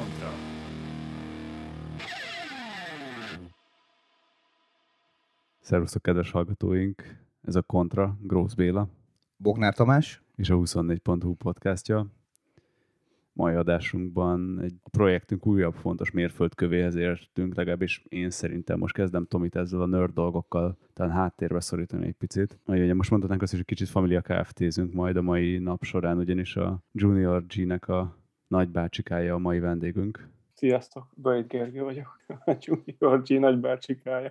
Kontra. Szervusztok, kedves hallgatóink! Ez a Kontra, Grósz Béla Bognár Tamás és a 24.hu podcastja. Mai adásunkban a projektünk újabb fontos mérföldkövéhez értünk, legalábbis én szerintem most kezdem Tomit ezzel a nerd dolgokkal talán háttérbe szorítani egy picit. Ugye most mondhatnánk azt is, hogy kicsit Familia Kft-zünk majd a mai nap során, ugyanis a Junior G-nek a nagybácsikája a mai vendégünk. Sziasztok, Böjt Gergő vagyok, a Junior G nagybácsikája.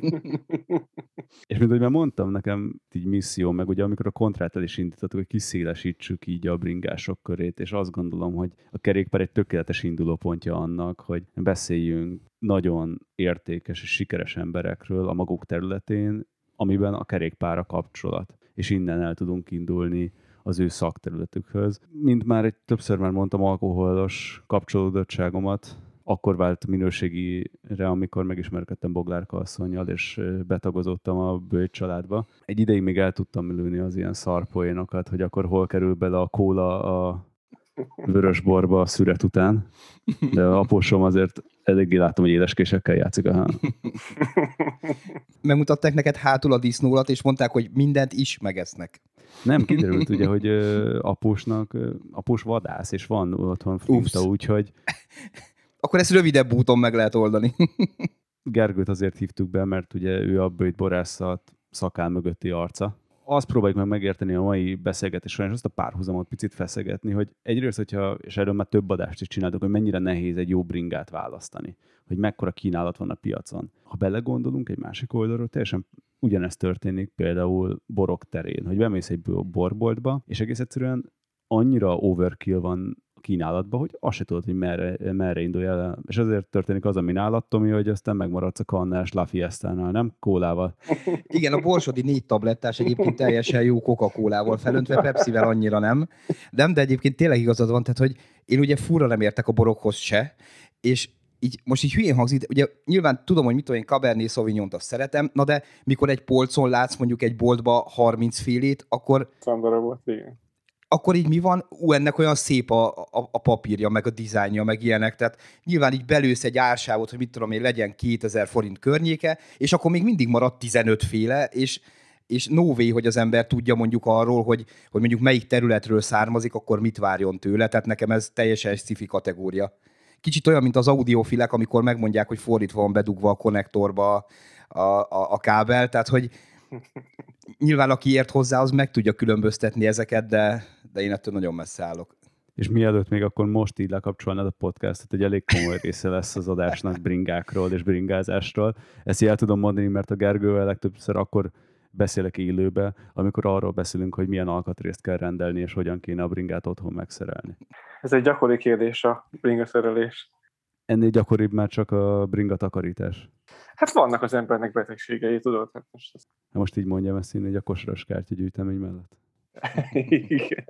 És mint ahogy már mondtam, nekem így misszió, meg ugye amikor a kontrát el is indítottuk, hogy kiszélesítsük így a bringások körét, és azt gondolom, hogy a kerékpár egy tökéletes indulópontja annak, hogy beszéljünk nagyon értékes és sikeres emberekről a maguk területén, amiben a kerékpár a kapcsolat. És innen el tudunk indulni az ő szakterületükhöz. Mint már többször már mondtam, alkoholos kapcsolódottságomat akkor vált minőségire, amikor megismerkedtem Boglárka asszonnyal, és betagozottam a Böjt családba. Egy ideig még el tudtam lőni az ilyen szarpoénokat, hogy akkor hol kerül bele a kóla a vörösborba a szüret után. De a apósom azért eléggé látom, hogy édeskésekkel játszik. Megmutatták neked hátul a disznólat, és mondták, hogy mindent is megesznek. Nem, kiderült ugye, hogy após vadász, és van otthon flinta, úgyhogy... Akkor ezt rövidebb úton meg lehet oldani. Gergőt azért hívtuk be, mert ugye ő a Böjt borászat szakál mögötti arca. Azt próbáljuk meg megérteni a mai beszélgetés során, és azt a párhuzamot picit feszegetni, hogy egyrészt, és erről már több adást is csináltuk, hogy mennyire nehéz egy jó bringát választani, hogy mekkora kínálat van a piacon. Ha belegondolunk egy másik oldalról, teljesen ugyanezt történik például borok terén, hogy bemész egy borboltba, és egész egyszerűen annyira overkill van kínálatban, hogy azt se tudod, hogy merre indulj el. És azért történik az, ami nálad, Tomi, hogy aztán megmaradsz a kannás La Fiesta-nál, nem? Kólával. Igen, a Borsodi 4 tablettás egyébként teljesen jó Coca-Colával felöntve, Pepsivel annyira nem. De egyébként tényleg igazad van, tehát hogy én ugye furra nem értek a borokhoz se, és most így hülyén hangzik, ugye nyilván tudom, hogy mit tudom én, Cabernet Sauvignont azt szeretem, na de mikor egy polcon látsz mondjuk egy boltba 30 félét, akkor... Szandara volt, igen. Akkor így mi van? Ennek olyan szép a papírja, meg a dizájnja, meg ilyenek. Tehát nyilván így belősz egy ársávot, hogy mit tudom én, legyen 2000 forint környéke, és akkor még mindig marad 15 féle, és no way, hogy az ember tudja mondjuk arról, hogy mondjuk melyik területről származik, akkor mit várjon tőle. Tehát nekem ez teljesen sci-fi kategória. Kicsit olyan, mint az audiofilek, amikor megmondják, hogy fordítva van bedugva a konnektorba a kábel, tehát hogy nyilván aki ért hozzá, az meg tudja különböztetni ezeket, de én ettől nagyon messze állok. És mielőtt még akkor most így lekapcsolnád a podcastot, egy elég komoly része lesz az adásnak bringákról és bringázásról. Ezt így el tudom mondani, mert a Gergővel legtöbbször akkor beszélek élőbe, amikor arról beszélünk, hogy milyen alkatrészt kell rendelni, és hogyan kéne a bringát otthon megszerelni. Ez egy gyakori kérdés, a bringaszerelés. Ennél gyakoribb már csak a bringa takarítás. Hát vannak az embernek betegségei, tudod? Hát most így mondjam ezt én egy a kosaras kártyagyűjtemény mellett. Igen.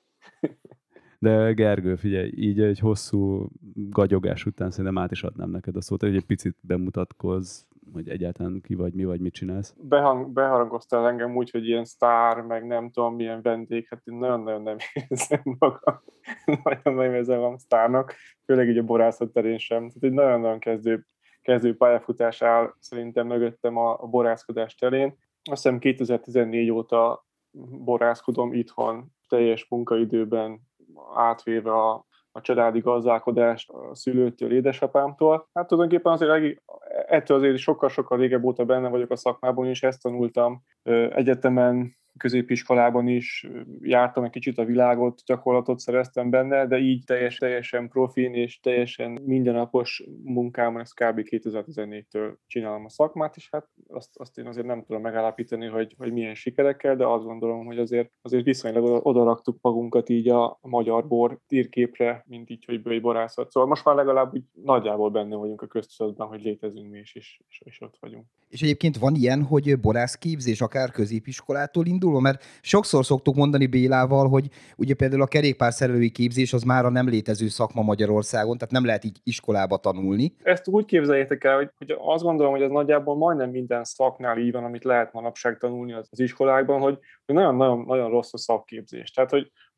De Gergő, figyelj, így egy hosszú gagyogás után szerintem át is adnám neked a szót, hogy egy picit bemutatkozz, hogy egyáltalán ki vagy, mi vagy, mit csinálsz. Beharangoztál engem úgy, hogy ilyen sztár, meg nem tudom, milyen vendég, hát én nagyon-nagyon nem érzem magam. Nagyon nem érzem magam sztárnak, főleg így a borászat terén sem. Tehát egy nagyon-nagyon kezdő pályafutás áll szerintem mögöttem a borászkodás terén. Azt hiszem 2014 óta borászkodom itthon, teljes munkaidőben átvéve a családi gazdálkodást a szülőtől, édesapámtól. Hát tulajdonképpen ettől azért sokkal-sokkal régebb óta benne vagyok a szakmában, és ezt tanultam egyetemen, középiskolában is jártam egy kicsit a világot, gyakorlatot szereztem benne, de így teljesen profin és teljesen mindennapos munkámon, ezt kb. 2014-től csinálom a szakmát, és hát azt én azért nem tudom megállapítani, hogy milyen sikerekkel, de azt gondolom, hogy azért viszonylag odaraktuk magunkat így a magyar bor térképre, mint így, hogy Böjt borászat. Szóval most már legalább úgy nagyjából benne vagyunk a köztudatban, hogy létezünk mi is, és ott vagyunk. És egyébként van ilyen, hogy borászképzés akár középiskolától indulva, mert sokszor szoktuk mondani Bélával, hogy ugye például a kerékpárszerelői képzés az már a nem létező szakma Magyarországon, tehát nem lehet így iskolába tanulni. Ezt úgy képzeljétek el, hogy azt gondolom, hogy ez nagyjából majdnem minden szaknál így van, amit lehet manapság tanulni az iskolákban, hogy nagyon-nagyon rossz a szakképzés. Tehát, hogy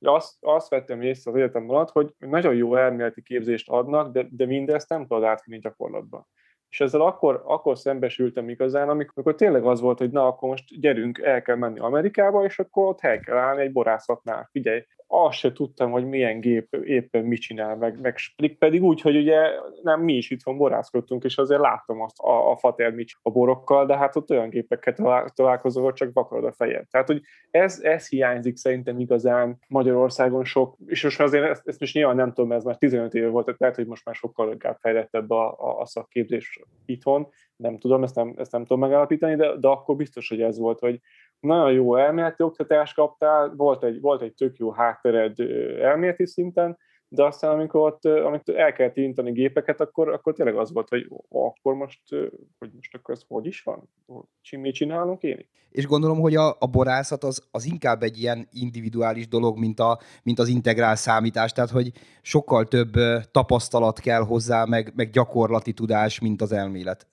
Azt vettem észre az egyetem alatt, hogy nagyon jó elméleti képzést adnak, de mindezt nem tudod átvinni gyakorlatba. És ezzel akkor szembesültem igazán, amikor tényleg az volt, hogy na, akkor most gyerünk, el kell menni Amerikába, és akkor ott hely kell állni egy borászatnál. Figyelj, azt se tudtam, hogy milyen gép éppen mit csinál, meg pedig úgy, hogy ugye nem mi is itthon borászkodtunk, és azért láttam azt a fater mit a borokkal, de hát ott olyan gépekkel találkozol, hogy csak vakarod a fejed. Tehát, hogy ez hiányzik szerintem igazán Magyarországon sok, és most azért ezt most nyilván nem tudom, ez már 15 éve volt, tehát lehet, hogy most már sokkal inkább fejlettebb a szakképzés itthon, nem tudom, ezt nem tudom megállapítani, de akkor biztos, hogy ez volt, hogy nagyon jó elméleti oktatást kaptál, volt egy tök jó háttered elméleti szinten, de aztán amikor el kellett érinteni gépeket, akkor tényleg az volt, hogy akkor most akkor ez hogy is van? Mi csinálunk én? És gondolom, hogy a borászat az inkább egy ilyen individuális dolog, mint az integrál számítás, tehát hogy sokkal több tapasztalat kell hozzá, meg gyakorlati tudás, mint az elmélet.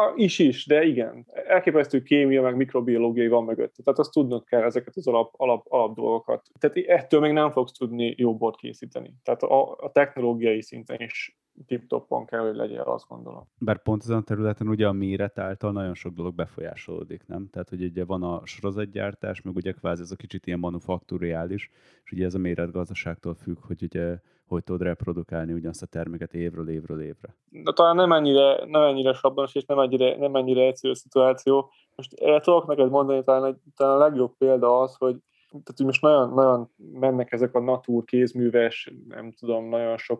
Is, de igen. Elképesztő kémia, meg mikrobiológiai van mögött. Tehát azt tudnod kell ezeket az alap dolgokat. Tehát ettől még nem fogsz tudni jó bort készíteni. Tehát a technológiai szinten is tip-topon kell, hogy legyen, azt gondolom. Bár pont ezen a területen ugye a méret által nagyon sok dolog befolyásolódik, nem? Tehát, hogy ugye van a sorozatgyártás, meg ugye kvázi ez a kicsit ilyen manufakturiális, és ugye ez a méretgazdaságtól függ, hogy ugye hogy tudod reprodukálni ugyanazt a terméket évről évre. De talán nem ennyire sablonos, és nem ennyire egyszerű a szituáció. Most erre tudok neked mondani, talán a legjobb példa az, hogy tehát most nagyon mennek ezek a natur kézműves, nem tudom, nagyon sok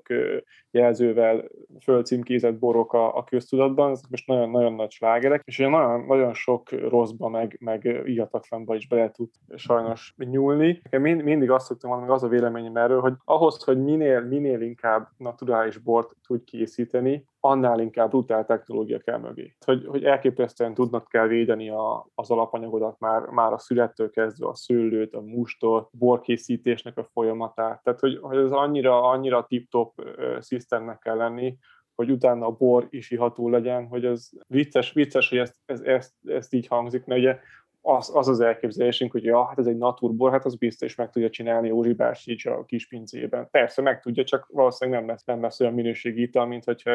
jelzővel fölcímkézett borok a köztudatban, ezek most nagyon nagy slágerek, és nagyon sok rosszba, meg ihatatlanba is bele tud sajnos nyúlni. Mindig azt szoktam mondani, az a véleményem erről, hogy ahhoz, hogy minél inkább naturális bort tud készíteni, annál inkább brutál technológia kell mögé. Hogy elképesztően tudnod kell védeni az alapanyagodat már a születtől kezdve, a szőlőt, a mustort, borkészítésnek a folyamatát. Tehát, hogy ez annyira tip-top szisztemnek kell lenni, hogy utána a bor is iható legyen, hogy ez vicces, hogy ezt így hangzik, mert ugye az elképzelésünk, hogy hát ez egy naturbor, hát az biztos meg tudja csinálni Józsi Bácsics a kis pincében. Persze meg tudja, csak valószínűleg nem lesz olyan minőségi ital, mint hogyha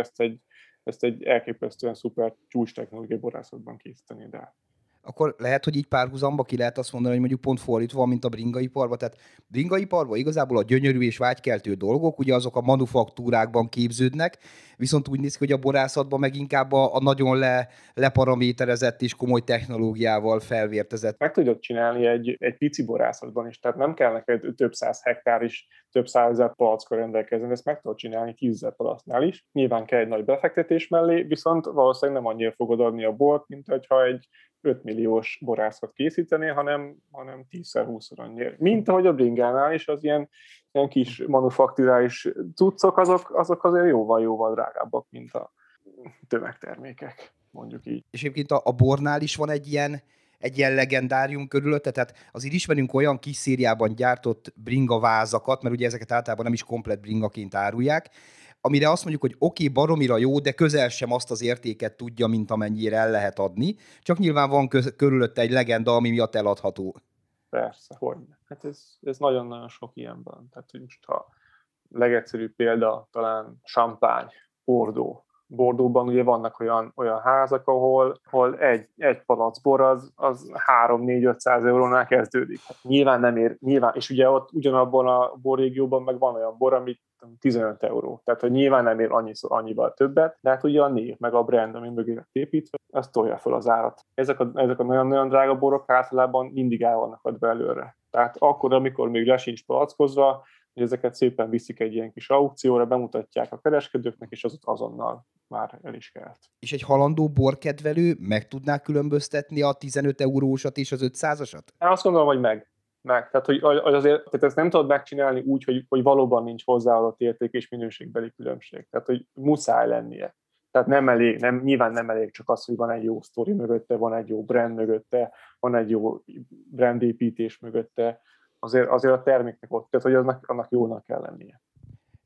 ezt egy elképesztően szuper csúcs technológiai borászatban készíteni, de akkor lehet, hogy így párhuzamba ki lehet azt mondani, hogy mondjuk pont fordítva, mint a bringaiparban. Tehát bringaiparban igazából a gyönyörű és vágykeltő dolgok, ugye azok a manufaktúrákban képződnek, viszont úgy néz ki, hogy a borászatban meg inkább a nagyon leparaméterezett és komoly technológiával felvértezett. Meg tudod csinálni egy pici borászatban is, tehát nem kell neked több száz hektár is, több százezer palackkal rendelkezni, ezt meg tudod csinálni 10 000 palacnál is. Nyilván kell egy nagy befektetés mellé, viszont valószínűleg nem annyira fogod adni a bort, mint hogyha egy 5 milliós borászat készíteni, hanem 10-20-szor annyira. Mint ahogy a bringánál is, az ilyen kis manufakturális cuccok, azok azért jóval drágábbak, mint a tömegtermékek, mondjuk így. És egyébként a bornál is van egy ilyen legendárium körülötte, tehát azért ismerünk olyan kis szériában gyártott bringavázakat, mert ugye ezeket általában nem is komplett bringaként árulják, amire azt mondjuk, hogy oké, baromira jó, de közel sem azt az értéket tudja, mint amennyire el lehet adni, csak nyilván van körülötte egy legenda, ami miatt eladható. Persze, hogyne. Hát ez nagyon-nagyon sok ilyen van. Tehát, hogy most a legegyszerűbb példa talán Champagne, Bordeaux. Bordeauxban ugye vannak olyan házak, ahol egy palac bor az 300-400-500 eurónál kezdődik. Hát nyilván nem ér, és ugye ott ugyanabban a borrégióban meg van olyan bor, amit 15 euró. Tehát, hogy nyilván nem ér annyival többet, de hát ugye a név, meg a brand, ami mögé lett építve, az tolja fel az árat. Ezek a nagyon-nagyon drága borok általában mindig el vannak adva előre. Tehát akkor, amikor még le sincs palackozva, hogy ezeket szépen viszik egy ilyen kis aukcióra, bemutatják a kereskedőknek, és az azonnal már el is kelt. És egy halandó borkedvelő meg tudná különböztetni a 15 eurósat és az 500-asat? Én azt gondolom, hogy meg. Tehát, hogy azért tehát ezt nem tudod megcsinálni úgy, hogy valóban nincs hozzáadott érték és minőségbeli különbség. Tehát, hogy muszáj lennie. Tehát nyilván nem elég csak az, hogy van egy jó sztori mögötte, van egy jó brand mögötte, van egy jó brandépítés mögötte. Azért a terméknek ott, tehát hogy annak jónak kell lennie.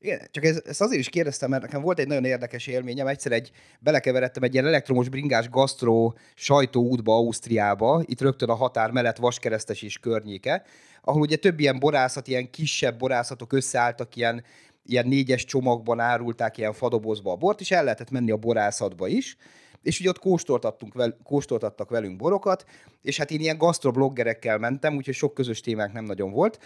Igen, csak ezt azért is kérdeztem, mert nekem volt egy nagyon érdekes élményem. Egyszer belekeveredtem egy ilyen elektromos bringás gasztró sajtóútba Ausztriába, itt rögtön a határ mellett Vaskeresztes és környéke, ahol ugye több ilyen borászat, ilyen kisebb borászatok összeálltak, ilyen 4-es csomagban árulták ilyen fadobozba a bort, és el lehetett menni a borászatba is, és ugye ott kóstoltattak velünk borokat, és hát én ilyen gasztrobloggerekkel mentem, úgyhogy sok közös témánk nem nagyon volt,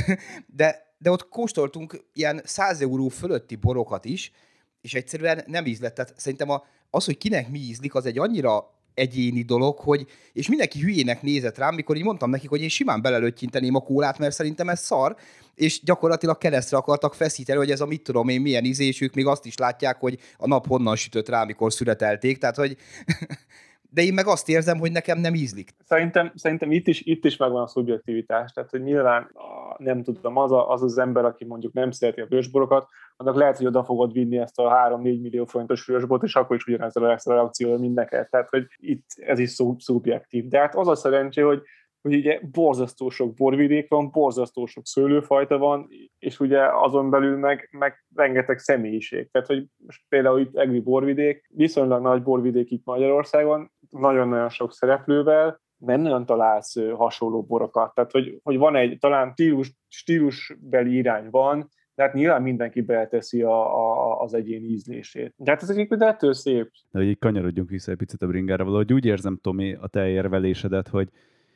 de ott kóstoltunk ilyen 100 euró fölötti borokat is, és egyszerűen nem ízlett. Tehát szerintem az, hogy kinek mi ízlik, az egy annyira egyéni dolog, hogy, és mindenki hülyének nézett rám, mikor így mondtam nekik, hogy én simán belelöttyenteném a kólát, mert szerintem ez szar, és gyakorlatilag keresztre akartak feszíteni, hogy ez a mit tudom én milyen ízésük, még azt is látják, hogy a nap honnan sütött rá, amikor születelték, tehát hogy de én meg azt érzem, hogy nekem nem ízlik. Szerintem itt is megvan a szubjektivitás, tehát hogy nyilván nem tudom, az ember, aki mondjuk nem szereti a vörösborokat, annak lehet, hogy oda fogod vinni ezt a 3-4 millió forintos vörösbort, és akkor is ugyanez a reakció, mint neked. Tehát, hogy itt ez is szubjektív. De hát az a szerencsé, hogy ugye borzasztó sok borvidék van, borzasztó sok szőlőfajta van, és ugye azon belül meg rengeteg személyiség. Tehát, hogy most például itt Egri borvidék, viszonylag nagy borvidék itt Magyarországon, nagyon-nagyon sok szereplővel, nem nagyon találsz hasonló borokat. Tehát, hogy van egy talán stílusbeli irány van, de hát nyilván mindenki beleteszi az egyéni ízlését. De hát ez egyébként ettől szép. De hogy így kanyarodjunk vissza egy picit a bringára, valahogy úgy érzem, Tomi, a te érvelésedet, hogy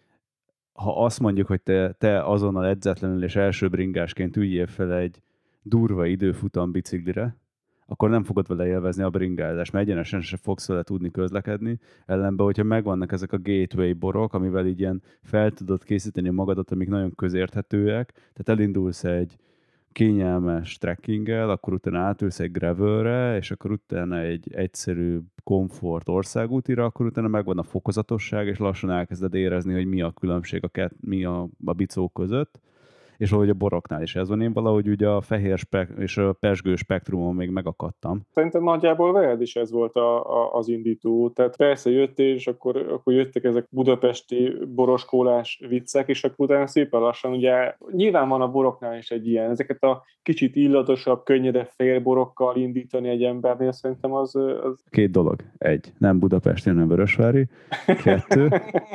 ha azt mondjuk, hogy te azonnal edzetlenül és első bringásként üljél fel egy durva időfutam biciklire, akkor nem fogod vele élvezni a bringázást, mert egyenesen se fogsz vele tudni közlekedni. Ellenben, hogyha megvannak ezek a gateway borok, amivel így ilyen fel tudod készíteni magadat, amik nagyon közérthetőek, tehát elindulsz egy kényelmes trekkinggel, akkor utána átülsz egy gravelre, és akkor utána egy egyszerű komfort országútira, akkor utána megvan a fokozatosság, és lassan elkezded érezni, hogy mi a különbség mi a bicók között, és valahogy a boroknál is ez van. Én valahogy ugye a fehér és a pezsgő spektrumon még megakadtam. Szerintem nagyjából veled is ez volt az indító. Tehát persze jöttél, és akkor jöttek ezek budapesti boroskólás viccek, és akkor utána szépen lassan ugye nyilván van a boroknál is egy ilyen. Ezeket a kicsit illatosabb, könnyedebb félborokkal indítani egy embernél, szerintem az... Két dolog. Egy, nem budapesti, hanem vörösvári. 2.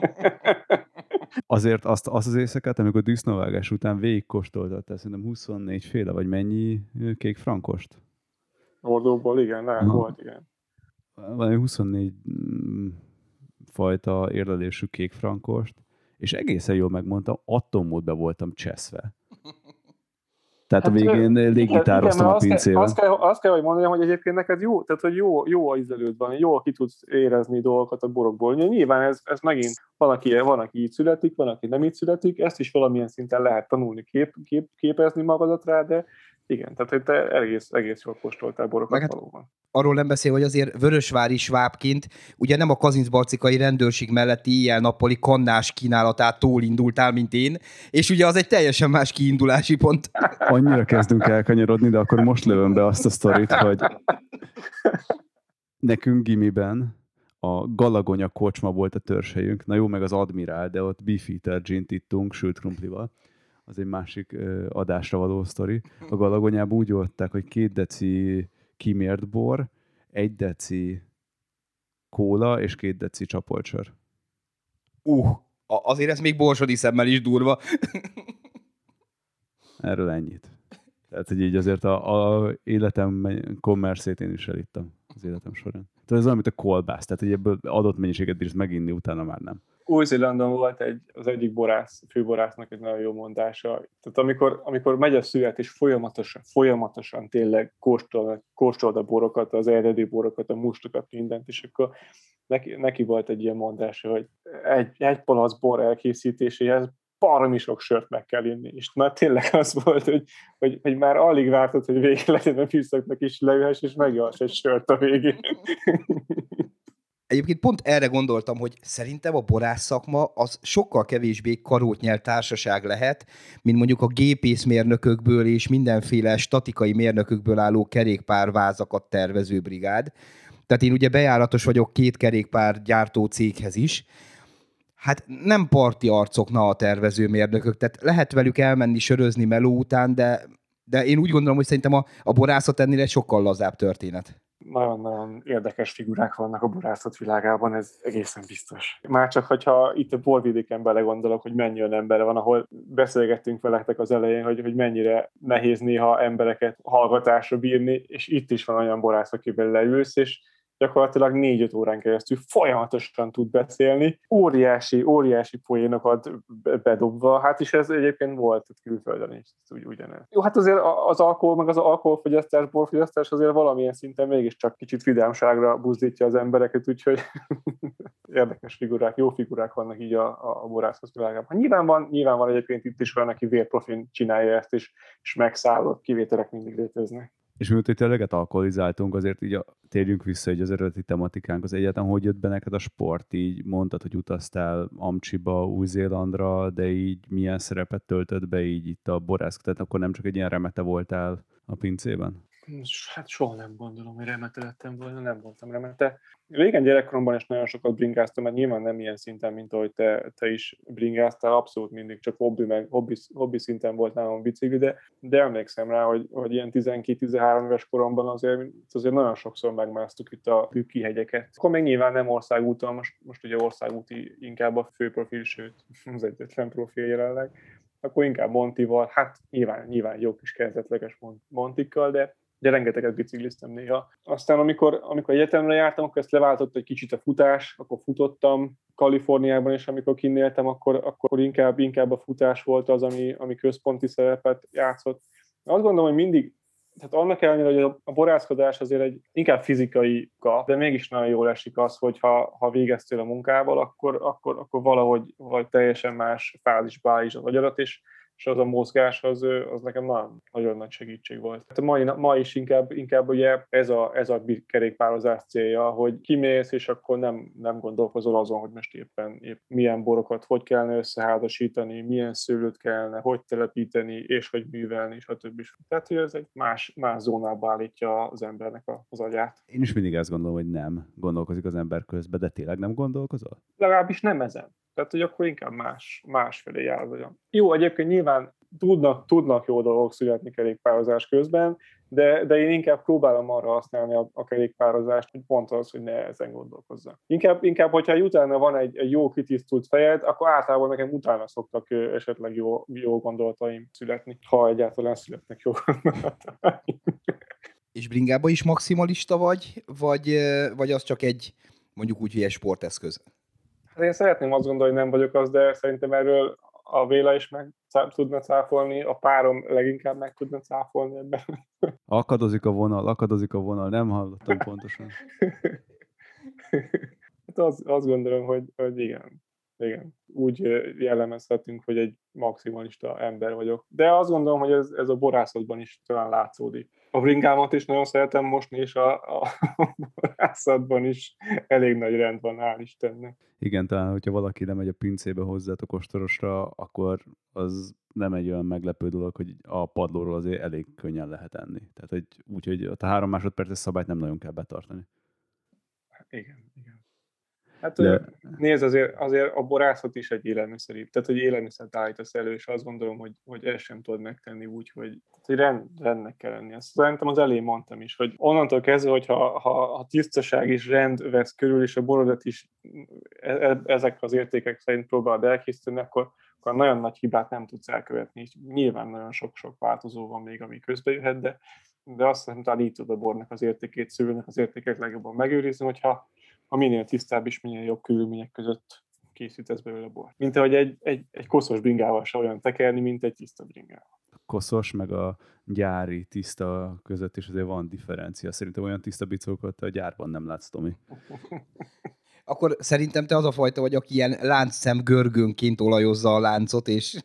Azért azt az éjszakát, amikor disznóvágás után végigkóstoltattál, szerintem 24 féle, vagy mennyi kék frankost? Ordóból, igen, nem volt, igen. Valami 24 fajta érlelésű kék frankost, és egészen jól megmondtam, atommódbe voltam cseszve. Tehát hát, a végén légitároztam a pincével. Azt kell, hogy mondjam, hogy egyébként neked jó, tehát hogy jó a ízlelőd van, jól ki tudsz érezni dolgokat a borokból. Nyilván ez megint van, aki így születik, van, aki nem így születik, ezt is valamilyen szinten lehet tanulni, képezni magadat rá, de igen, tehát hogy te egész jól kóstoltál borokat hát, valóban. Arról nem beszél, hogy azért vörösvári svábként ugye nem a kazincbarcikai rendőrség melletti éjjel-nappali kannás kínálatától indultál, mint én, és ugye az egy teljesen más kiindulási pont. Annyira kezdünk elkanyarodni, de akkor most lövöm be azt a sztorit, hogy nekünk gimiben a Galagonya kocsma volt a törzshelyünk, na jó, meg az Admirál, de ott beefeater gint ittunk sült krumplival. Az egy másik adásra való sztori. A Galagonyában úgy oldták, hogy 2 deci kimért bor, 1 deci kóla és 2 deci csapolcsör. Azért ez még borsodi szemmel is durva. Erről ennyit. Tehát, hogy így azért a életem kommerszét én is elittem az életem során. Tehát ez olyan, mint a kolbász, tehát hogy ebből adott mennyiséget bírsz meginni, utána már nem. Új-Zélandon volt az egyik főborásznak egy nagyon jó mondása. Tehát amikor megy a szület, és folyamatosan tényleg kóstold a borokat, az eredeti borokat, a mustokat, mindent, és akkor neki volt egy ilyen mondása, hogy egy palack bor elkészítéséhez baromi sok sört meg kell inni. És már tényleg az volt, hogy már alig vártad, hogy vége legyen a műszaknak is leülhess, és megjavass egy sört a végén. Egyébként pont erre gondoltam, hogy szerintem a borász szakma az sokkal kevésbé karótnyelt társaság lehet, mint mondjuk a gépészmérnökökből és mindenféle statikai mérnökökből álló kerékpárvázakat tervező brigád. Tehát én ugye bejáratos vagyok 2 kerékpár gyártó céghez is. Hát nem parti arcokna a tervezőmérnökök, tehát lehet velük elmenni sörözni meló után, de De én úgy gondolom, hogy szerintem a borászat ennél sokkal lazább történet. Nagyon-nagyon érdekes figurák vannak a borászat világában, ez egészen biztos. Már csak, hogyha itt a borvidéken belegondolok, hogy mennyi olyan ember van, ahol beszélgettünk veletek az elején, hogy mennyire nehéz néha embereket hallgatásra bírni, és itt is van olyan borász, akivel leülsz, és gyakorlatilag 4-5 órán keresztül folyamatosan tud beszélni, óriási poénokat bedobva, hát is ez egyébként volt külföldön is, ugyanez. Jó, hát azért az alkohol, meg az alkoholfogyasztás, borfogyasztás azért valamilyen szinten mégiscsak kicsit vidámságra buzdítja az embereket, úgyhogy érdekes figurák, jó figurák vannak így a borászat világában. Nyilván van egyébként itt is olyan, aki vérprofin csinálja ezt, és megszállott kivételek mindig léteznek. És miután itt eleget alkoholizáltunk, azért így térjünk vissza egy az eredeti tematikánkhoz. Egyáltalán hogy jött be neked a sport? Így mondtad, hogy utaztál Amcsiba, Új-Zélandra, de így milyen szerepet töltött be így itt a borászat? Tehát akkor nem csak egy ilyen remete voltál a pincében? Hát soha nem gondolom, hogy remete lettem volna, nem voltam remete. Régen gyerekkoromban is nagyon sokat bringáztam, mert nyilván nem ilyen szinten, mint ahogy te is bringáztál, abszolút mindig csak hobbi szinten volt nálam a bicikli, de emlékszem rá, hogy ilyen 12-13 éves koromban azért nagyon sokszor megmásztuk itt a Bükki hegyeket. Akkor még nyilván nem országúton, most ugye országúti inkább a főprofil, sőt az egyetlen profil jelenleg. Akkor inkább Montival, hát nyilván jó kis kezdetleges Montikkal, de rengeteget bicikliztem néha. Aztán amikor egyetemre jártam, akkor ezt leváltott egy kicsit a futás, akkor futottam Kaliforniában, és amikor kinnéltem, akkor inkább a futás volt az, ami központi szerepet játszott. Azt gondolom, hogy mindig, tehát annak ellenére, hogy a borászkodás azért inkább fizikai, de mégis nagyon jól esik az, hogy ha végeztél a munkával, akkor valahogy teljesen más fázisba állítsd az agyarat, és az a mozgás az nekem nagyon nagy segítség volt. Hát ma is inkább ugye ez a kerékpározás célja, hogy kimész, és akkor nem gondolkozol azon, hogy most éppen milyen borokat hogy kellene összeházasítani, milyen szőlőt kellene, hogy telepíteni, és hogy művelni, stb. Tehát, hogy ez egy más zónába állítja az embernek az agyát. Én is mindig ezt gondolom, hogy nem gondolkozik az ember közben, de tényleg nem gondolkozol? Legalábbis nem ezen. Tehát, hogy akkor inkább másfelé jár az agyam. Jó, egyébként nyilván tudnak jó dolgok születni kerékpározás közben, de én inkább próbálom arra használni a kerékpározást, hogy pont az, hogy ne ezen gondolkozzak. Inkább hogyha utána van egy jó kitisztult fejed, akkor általában nekem utána szoktak esetleg jó gondolataim születni, ha egyáltalán születnek jó gondolataim. És bringában is maximalista vagy az csak egy, mondjuk úgy, hogy egy sporteszköz? Hát én szeretném azt gondolni, hogy nem vagyok az, de szerintem erről a Véla is meg tudna cáfolni, a párom leginkább meg tudna cáfolni ebben. Akadozik a vonal, nem hallottam pontosan. Hát azt gondolom, hogy igen. Úgy jellemezhetünk, hogy egy maximalista ember vagyok. De azt gondolom, hogy ez a borászatban is talán látszódik. A bringámat is nagyon szeretem mosni, és a borászatban is elég nagy rend van, hál' Istennek. Igen, talán, hogyha valaki lemegy a pincébe hozzátok ostorosra, akkor az nem egy olyan meglepő dolog, hogy a padlóról azért elég könnyen lehet enni. Tehát, hogy úgy, hogy a 3 másodperces szabályt nem nagyon kell betartani. Igen. Hát nézd, azért a borászat is egy élelmiszeri, tehát hogy élelmiszert állítasz elő, és azt gondolom, hogy ezt sem tudod megtenni úgy, hogy rendnek kell lenni. Ezt szerintem az elején mondtam is, hogy onnantól kezdve, hogy ha tisztaság és rend vesz körül, és a borodat is ezek az értékek szerint próbálod elkészíteni, akkor nagyon nagy hibát nem tudsz elkövetni. És nyilván nagyon sok változó van még, ami közbe jöhet, de azt hiszem, talán így tud a bornak az értékét, szőlőnek az értékek legjobban megőrizni, hogyha minél tisztább és minél jobb körülmények között készítesz belőle bort. Mint ahogy egy koszos bringával se olyan tekerni, mint egy tiszta bringával. A koszos meg a gyári tiszta között is azért van differencia. Szerintem olyan tiszta bicókat a gyárban nem látsz, Tomi. Akkor szerintem te az a fajta vagy, aki ilyen láncszem görgőnként olajozza a láncot, és...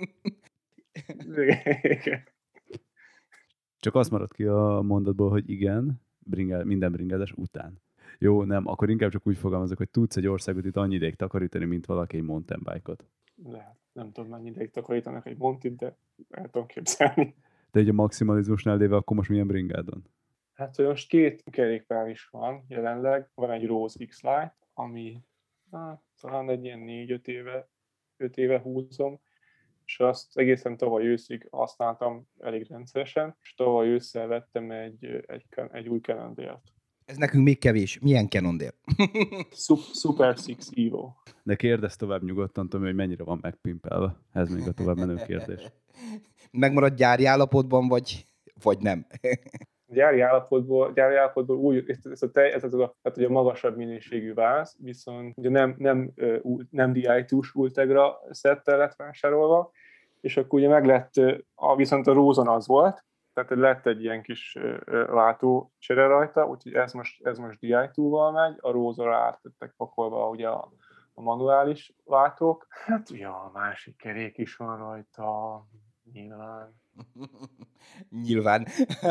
Igen. Csak azt maradt ki a mondatból, hogy igen, minden bringázás után. Jó, nem, akkor inkább csak úgy fogalmazok, hogy tudsz egy országot itt annyi ideig takarítani, mint valaki egy mountain bike-ot. Lehet. Nem tudom, mennyi ideig takarítanak egy montit, de el tudom képzelni. De egy a maximalizmusnál léve, akkor most milyen bringádon? Hát most 2 kerékpár is van jelenleg. Van egy Rose X-Lite, ami talán egy ilyen 4-5 éve húzom, és azt egészen tavaly őszig használtam elég rendszeresen, és tavaly ősszel vettem egy új Cannondale-t. Ez nekünk még kevés. Milyen Cannondale? Super Six Evo. De kérdezz tovább nyugodtan, Tomi, hogy mennyire van megpimpelve. Ez még a tovább menő kérdés. Megmarad gyári állapotban, vagy nem? Gyári állapotból új, tehát ugye magasabb minőségű váz, viszont ugye nem DI2-s Ultegra szettel lett vásárolva, és akkor ugye meg lett, viszont a Rózon az volt, tehát lett egy ilyen kis váltócsere rajta, úgyhogy ez most DI2-val megy, a Rózra áttettek pakolva ugye a manuális váltók. Hát ugye a másik kerék is van rajta, nyilván. Nyilván.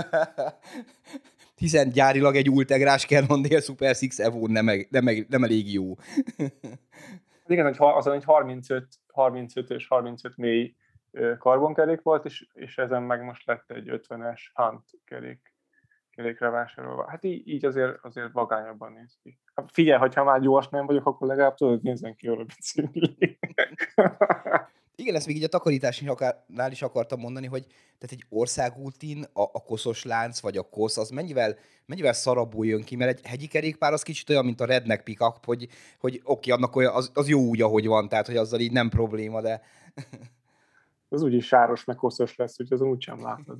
Hiszen gyárilag egy ultegrás Cannondale Super Six Evo nem elég jó. Igen, egy 35 és 35 mély karbonkerék volt, és ezen meg most lett egy 50-es Hunt kerékre vásárolva. Hát így azért vagányabban néz ki. Hát figyelj, hogyha már gyors nem vagyok, akkor legalább tudod, nézzen ki a bicikli. Igen, ezt még így a takarításnál is akartam mondani, hogy tehát egy országútin a koszos lánc, vagy a kosz, az mennyivel szarabbul jön ki, mert egy hegyi kerékpár az kicsit olyan, mint a redneck pickup, hogy oké, annak olyan, az jó úgy, ahogy van, tehát hogy azzal így nem probléma, de... Az úgyis sáros, meg koszos lesz, úgyhogy azon úgysem látod.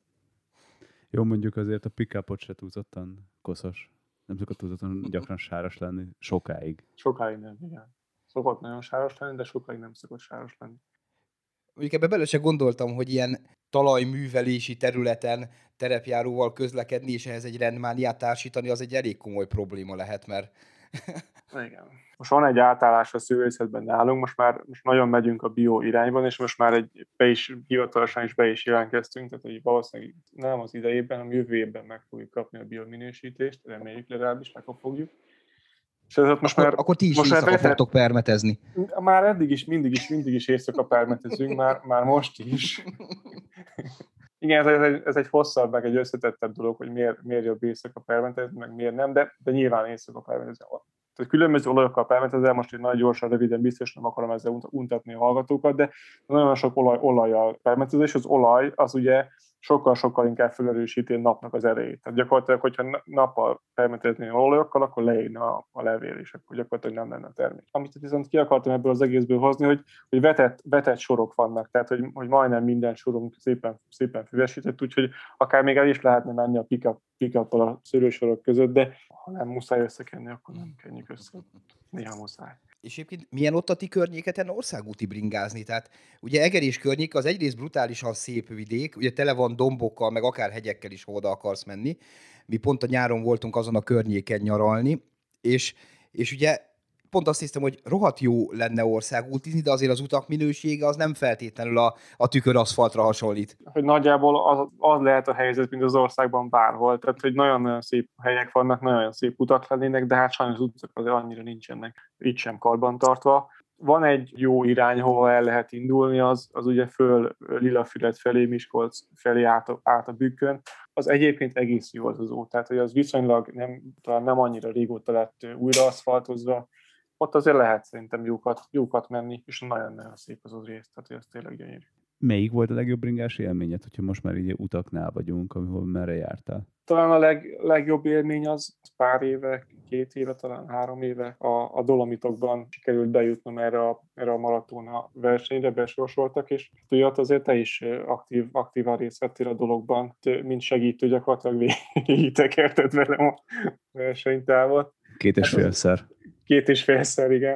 Jó, mondjuk azért a pick-upot se túlzottan koszos. Nem szokott túlzottan gyakran sáros lenni sokáig. Sokáig nem, igen. Szokott nagyon sáros lenni, de sokáig nem szokott sáros lenni. Mondjuk ebbe bele se gondoltam, hogy ilyen talajművelési területen terepjáróval közlekedni, és ehhez egy rendmániát társítani, az egy elég komoly probléma lehet, mert... Igen. Most van egy átállás a szőlészetben nálunk, most nagyon megyünk a bio irányban, és most már hivatalosan is be is jelentkeztünk, tehát hogy valószínűleg nem az idejében, hanem jövő évben meg fogjuk kapni a bio minősítést, reméljük legalábbis, megkapjuk. És ez most akkor ti is éjszaka fogtok permetezni. Már eddig is, mindig is éjszaka permetezünk, már most is. Igen, ez egy hosszabb, meg egy összetettebb dolog, hogy miért jobb éjszaka permetezni, meg miért nem, de nyilván éjszaka permetezni. Tehát különböző olajokkal permetezel, most egy nagyon gyorsan, röviden biztos nem akarom ezzel untatni a hallgatókat, de nagyon sok olajjal permetezés, az olaj az ugye sokkal inkább felerősíti a napnak az erejét. Tehát gyakorlatilag, hogyha nappal permetezni olajokkal, akkor leégne a levél, és akkor gyakorlatilag nem lenne termék. Amit viszont ki akartam ebből az egészből hozni, hogy vetett sorok vannak, tehát hogy majdnem minden sorunk szépen füvesített, úgyhogy akár még el is lehetne menni a pick-up-pal a szőlősorok között, de ha nem muszáj összekenni, akkor nem kenjük össze. Néha muszáj. És egyébként milyen ott a ti környéketen országúti bringázni? Tehát ugye Eger és környék az egyrészt brutálisan szép vidék, ugye tele van dombokkal, meg akár hegyekkel is, ha oda akarsz menni. Mi pont a nyáron voltunk azon a környéken nyaralni, és ugye pont azt hiszem, hogy rohadt jó lenne országútizni, de azért az utak minősége az nem feltétlenül a tüköraszfaltra hasonlít. Hogy nagyjából az lehet a helyzet, mint az országban bárhol. Tehát, hogy nagyon szép helyek vannak, nagyon szép utak lennének, de hát sajnos az utak azért annyira nincsenek itt sem karbantartva. Van egy jó irány, hova el lehet indulni, az ugye föl Lilafüred felé, Miskolc felé át a Bükkön. Az egyébként egész jó az út, tehát hogy az viszonylag talán nem annyira régóta lett újra aszfaltozva. Ott azért lehet szerintem jókat menni, és nagyon-nagyon szép az rész, tehát ez tényleg gyönyörű. Melyik volt a legjobb bringás élményed, hogyha most már így utaknál vagyunk, ahol merre jártál? Talán a legjobb élmény az pár éve, 2 éve, talán 3 éve a Dolomitokban sikerült bejutnom erre a maratona versenyre, besorsoltak, és tudjad, azért te is aktívan részt vettél a dologban, mint segítő gyakorlatilag végigtekerted velem a versenytávot. 2,5-szer. 2,5-szer, igen.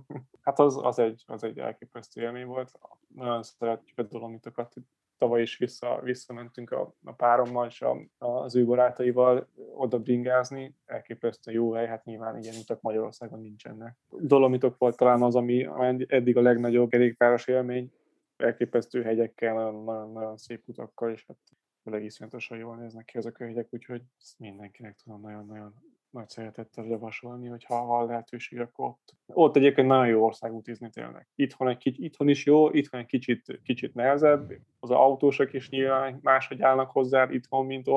Hát az egy elképesztő élmény volt. Nagyon szeretjük a Dolomitokat. Tavaly is visszamentünk a párommal és az ő barátaival oda bringázni. Elképesztő jó hely, hát nyilván ilyen utak Magyarországon nincsenek. Dolomitok volt talán az, ami eddig a legnagyobb kerékpáros élmény. Elképesztő hegyekkel, nagyon szép utakkal, és hát tényleg iszonyatosan jól néznek ki ezek a hegyek, úgyhogy ezt mindenkinek tudom nagyon nagy szeretettel javasolni, hogy ha lehetőség, akkor ott egyébként nagyon jó országútizni tényleg. Itthon is jó, itthon egy kicsit nehezebb, az autósok is nyilván máshogy állnak hozzá itthon, mint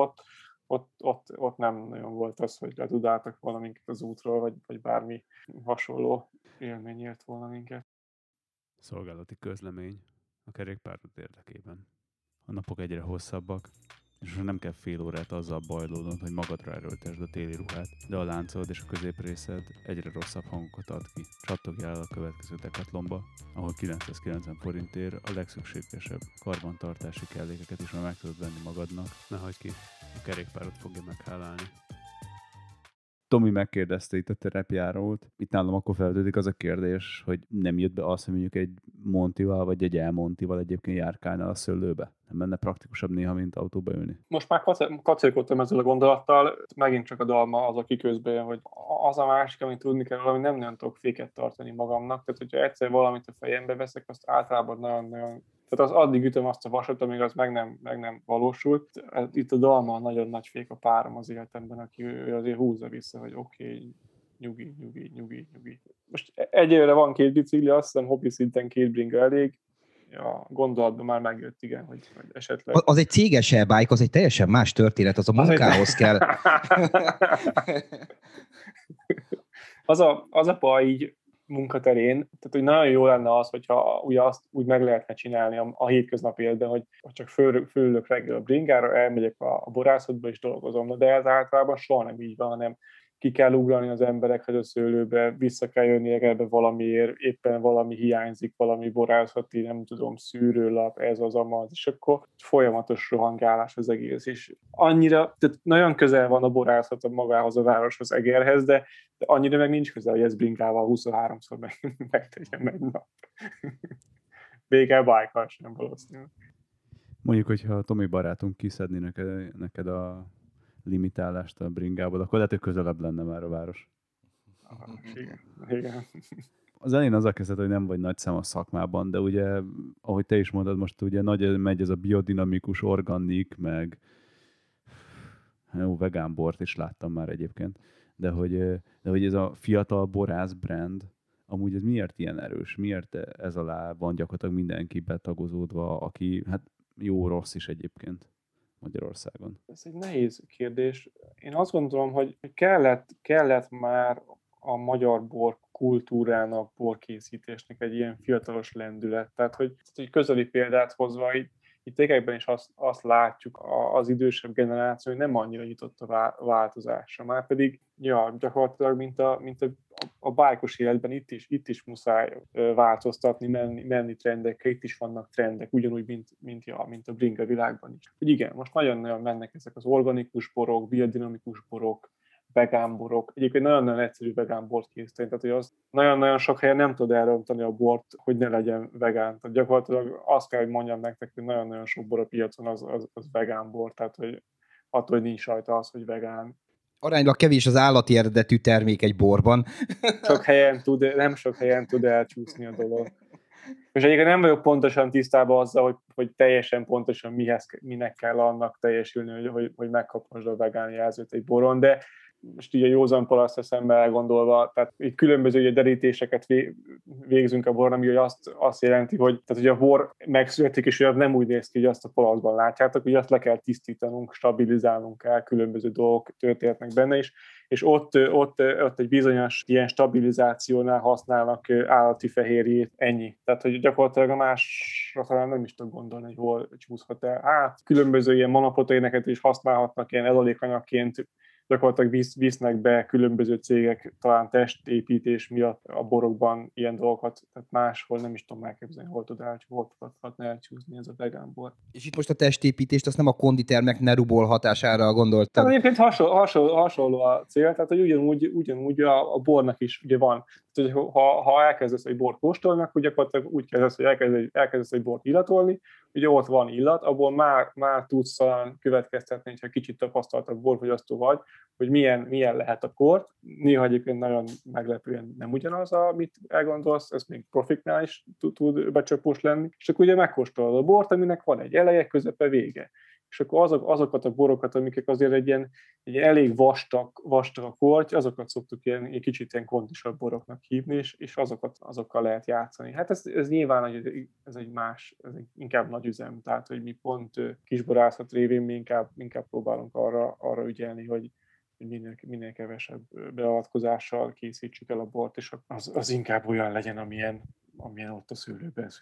ott nem nagyon volt az, hogy ledudáltak volna minket az útról, vagy bármi hasonló élmény ért volna minket. Szolgálati közlemény. a kerékpárút érdekében. A napok egyre hosszabbak, és most nem kell fél órát azzal bajlódnod, hogy magadra erőltesd a téli ruhát, de a láncolod és a középrészed egyre rosszabb hangokat ad ki. Csattogjál el a következő Decathlonba, ahol 990 forintért a legszükségesebb karbantartási kellékeket is már meg tudod venni magadnak. Ne hagyd ki, a kerékpárod fogja meghálálni. Tomi megkérdezte itt a terepjárót. Itt nálam akkor feltődik az a kérdés, hogy nem jött be az, hogy mondjuk egy Montival vagy egy Elmontival egyébként járkálnál a szőlőbe. Nem lenne praktikusabb néha, mint autóba ülni? Most már kacérkodtam ezzel a gondolattal, megint csak a dalma az, aki közben jön, hogy az a másik, amit tudni kell, hogy nem nagyon tudok féket tartani magamnak. Tehát, hogyha egyszer valamit a fejembe veszek, azt általában nagyon-nagyon... Tehát az addig ütöm azt a vasat, amíg az meg nem valósult. Itt a dalma nagyon nagy fék a párom az életemben, aki azért húzza vissza, hogy oké, nyugi. Most egyelőre van 2 bicikli, azt hiszem hobbi szinten 2 bringa elég. Ja, gondolatban már megjött, igen, hogy esetleg... Az egy céges e-bike, az egy teljesen más történet, az a munkához kell. Az a baj így munkaterén, tehát hogy nagyon jó lenne az, hogyha ugye azt úgy meg lehetne csinálni a hétköznapi életben, hogy csak fölülök reggel a bringára, elmegyek a borászatba és dolgozom, de ez általában soha nem így van, hanem ki kell ugrani az emberekhez a szőlőbe, vissza kell jönni ebbe valamiért, éppen valami hiányzik, valami borászati, nem tudom, szűrőlap, ez az amaz, és akkor folyamatos rohangálás az egész, és annyira, tehát nagyon közel van a borászat magához, a városhoz, Egerhez, de annyira meg nincs közel, hogy ez bringával 23-szor megtegyen egy nap. Vége bike-kal sem valószínűleg. Mondjuk, hogyha a Tomi barátunk kiszedni neked a limitálást a bringából, akkor lehet, hogy közelebb lenne már a város. Igen. Az elején az a kezdet, hogy nem vagy nagy szem a szakmában, de ugye, ahogy te is mondod, most ugye nagy megy ez a biodinamikus, organik, meg jó, vegán bort is láttam már egyébként, de hogy ez a fiatal borász brand, amúgy ez miért ilyen erős? Miért ez alá van gyakorlatilag mindenki betagozódva, aki hát jó-rossz is egyébként Magyarországon? Ez egy nehéz kérdés. Én azt gondolom, hogy kellett már a magyar bor kultúrának, borkészítésnek egy ilyen fiatalos lendület. Tehát, hogy közeli példát hozva, itt ténylegben is azt látjuk az idősebb generáció, hogy nem annyira nyitott a változásra. Már pedig gyakorlatilag, mint a bájkos életben itt is muszáj változtatni, menni trendekkel, itt is vannak trendek, ugyanúgy, mint a bringa világban is. Hogy igen, most nagyon-nagyon mennek ezek az organikus borok, biodinamikus borok, vegán borok. Egyébként nagyon-nagyon egyszerű vegán bort készíteni, tehát hogy az nagyon-nagyon sok helyen nem tud elrontani a bort, hogy ne legyen vegán. Tehát gyakorlatilag azt kell, hogy mondjam nektek, hogy nagyon-nagyon sok bor a piacon az vegán bor, tehát hogy attól, hogy nincs rajta az, hogy vegán. Aránylag kevés az állati eredetű termék egy borban. Nem sok helyen tud elcsúszni a dolog. És egyébként nem vagyok pontosan tisztában azzal, hogy teljesen pontosan minek kell annak teljesülni, hogy megkaphassd a vegán jelzőt egy boron, de most így a józan paraszt szemben elgondolva, tehát itt különböző ugye, derítéseket végzünk a borra, ami azt jelenti, hogy a bor megszületik, és nem úgy néz ki, hogy azt a palaszban látjátok, hogy azt le kell tisztítanunk, stabilizálnunk kell, különböző dolgok történhetnek benne is, és ott egy bizonyos ilyen stabilizációnál használnak állati fehérjét, ennyi. Tehát, hogy gyakorlatilag a másra talán nem is tudok gondolni, hogy hol csúszhat el. Hát, különböző ilyen monoproteineket is használhatnak ilyen adalékanyagként, gyakorlatilag visznek be különböző cégek talán testépítés miatt a borokban ilyen dolgokat, tehát máshol nem is tudom elképzelni, hol tudhatna elcsúszni ez a vegán bor. És itt most a testépítést azt nem a konditermek Nerubol hatására gondoltam. Tehát egyébként hasonló a cél, tehát hogy ugyanúgy a bornak is ugye van. Tehát, hogy ha elkezdesz egy bort kóstolni, akkor gyakorlatilag úgy kezdesz, hogy elkezdesz egy bort illatolni, ugye ott van illat, abból már tudsz talán következtetni, hogyha kicsit tapasztaltabb borfogyasztó vagy, hogy milyen lehet a kort. Néha egyébként nagyon meglepően nem ugyanaz, amit elgondolsz, ez még profiknál is tud becsapós lenni, és akkor ugye megkóstolod a bort, aminek van egy eleje, közepe, vége. És akkor azokat a borokat, amikek azért egy elég vastag a korty, azokat szoktuk egy kicsit ilyen kontisabb boroknak hívni, és azokkal lehet játszani. Hát ez nyilván ez egy inkább nagy üzem, tehát hogy mi pont kisborászat révén mi inkább próbálunk arra ügyelni, hogy minél kevesebb beavatkozással készítsük el a bort, és az inkább olyan legyen, amilyen ott a szőlőben született.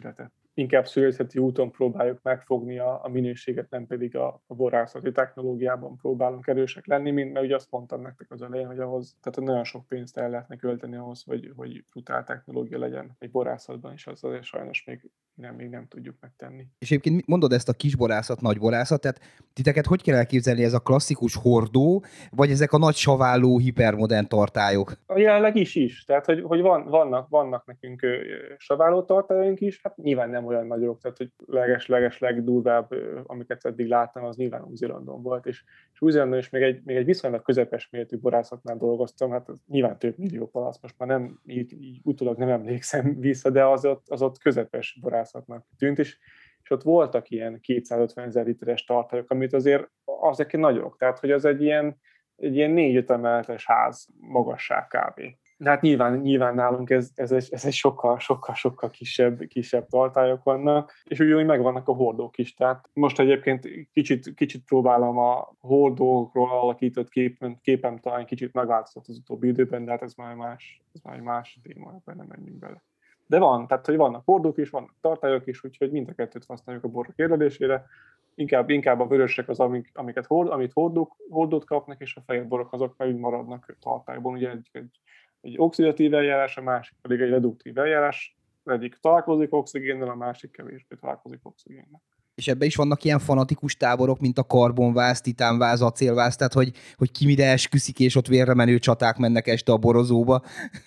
inkább szőlőzeti úton próbáljuk megfogni a minőséget, nem pedig a borászati technológiában próbálunk erősek lenni, mert ugye azt mondtam nektek az elején, hogy ahhoz, tehát nagyon sok pénzt el lehetne költeni ahhoz, hogy brutál technológia legyen egy borászatban, és az azért sajnos még nem tudjuk megtenni. És egyébként mondod ezt a kisborászat, nagyborászat, tehát titeket hogy kell elképzelni, ez a klasszikus hordó, vagy ezek a nagy saváló, hipermodern tartályok? Jelenleg is. Tehát, hogy vannak nekünk saváló tartályaink is, hát nyilván nem olyan nagyok, tehát hogy leges legdurvább, amiket eddig láttam, az nyilván Új-Zélandon volt, és Új-Zélandon is még egy viszonylag közepes méretű borászatnál dolgoztam, hát az nyilván több millió palasz, most már nem, így utólag nem emlékszem vissza, de az ott közepes borászatnak tűnt, és ott voltak ilyen 250 000 literes tartályok, amit azért azok nagyok, tehát hogy az egy ilyen 4-5 emeletes ház magasság kb. De hát nyilván nálunk ez egy sokkal kisebb tartályok vannak, és úgy megvannak a hordók is. Tehát most egyébként kicsit próbálom a hordókról alakított képem talán kicsit megváltozott az utóbbi időben, de hát ez már más téma, ebben nem menjünk bele. De tehát hogy vannak hordók is, vannak tartályok is, úgyhogy mind a kettőt használjuk a borok érlelésére. Inkább a vörösek az, amit hordót kapnak, és a fehér borok azok meg maradnak tartályban. Ugye egy oxidatív eljárás, a másik pedig egy reduktív eljárás. Egyik találkozik oxigénnel, a másik kevésbé találkozik oxigénnel. És ebben is vannak ilyen fanatikus táborok, mint a karbonváz, titánváz, acélváz, tehát hogy ki mire esküszik, és ott vérre menő csaták mennek este a borozóba.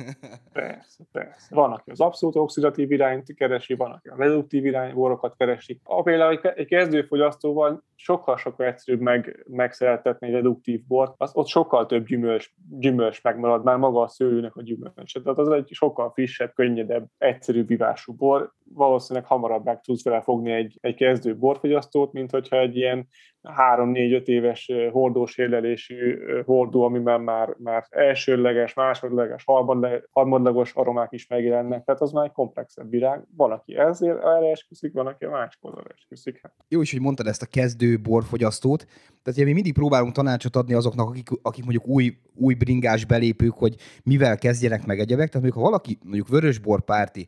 Persze. Van, aki az abszolút oxidatív irányt keresi, van, aki a reduktív borokat keresi. Például egy kezdőfogyasztóval sokkal egyszerűbb megszerettetni egy reduktív bort, ott sokkal több gyümölcs megmarad, már maga a szőlőnek a gyümölcse. Tehát az egy sokkal frissebb, könnyedebb, egyszerűbb ivású bor. Valószínűleg hamarabb meg tudsz vele fogni egy kezdő borfogyasztót, mint hogyha egy ilyen 3-4-5 éves hordós érlelésű hordó, amiben már elsőleges, másodleges, harmadlagos aromák is megjelennek, tehát az már egy komplexebb virág. Van, aki erre esküszik, van, aki a másikozra esküszik. Jó is, hogy mondtad ezt a kezdő borfogyasztót. Tehát ugye mi mindig próbálunk tanácsot adni azoknak, akik mondjuk új bringás belépők, hogy mivel kezdjenek meg egyebek. Tehát mondjuk, ha valaki mondjuk vörösborpárti,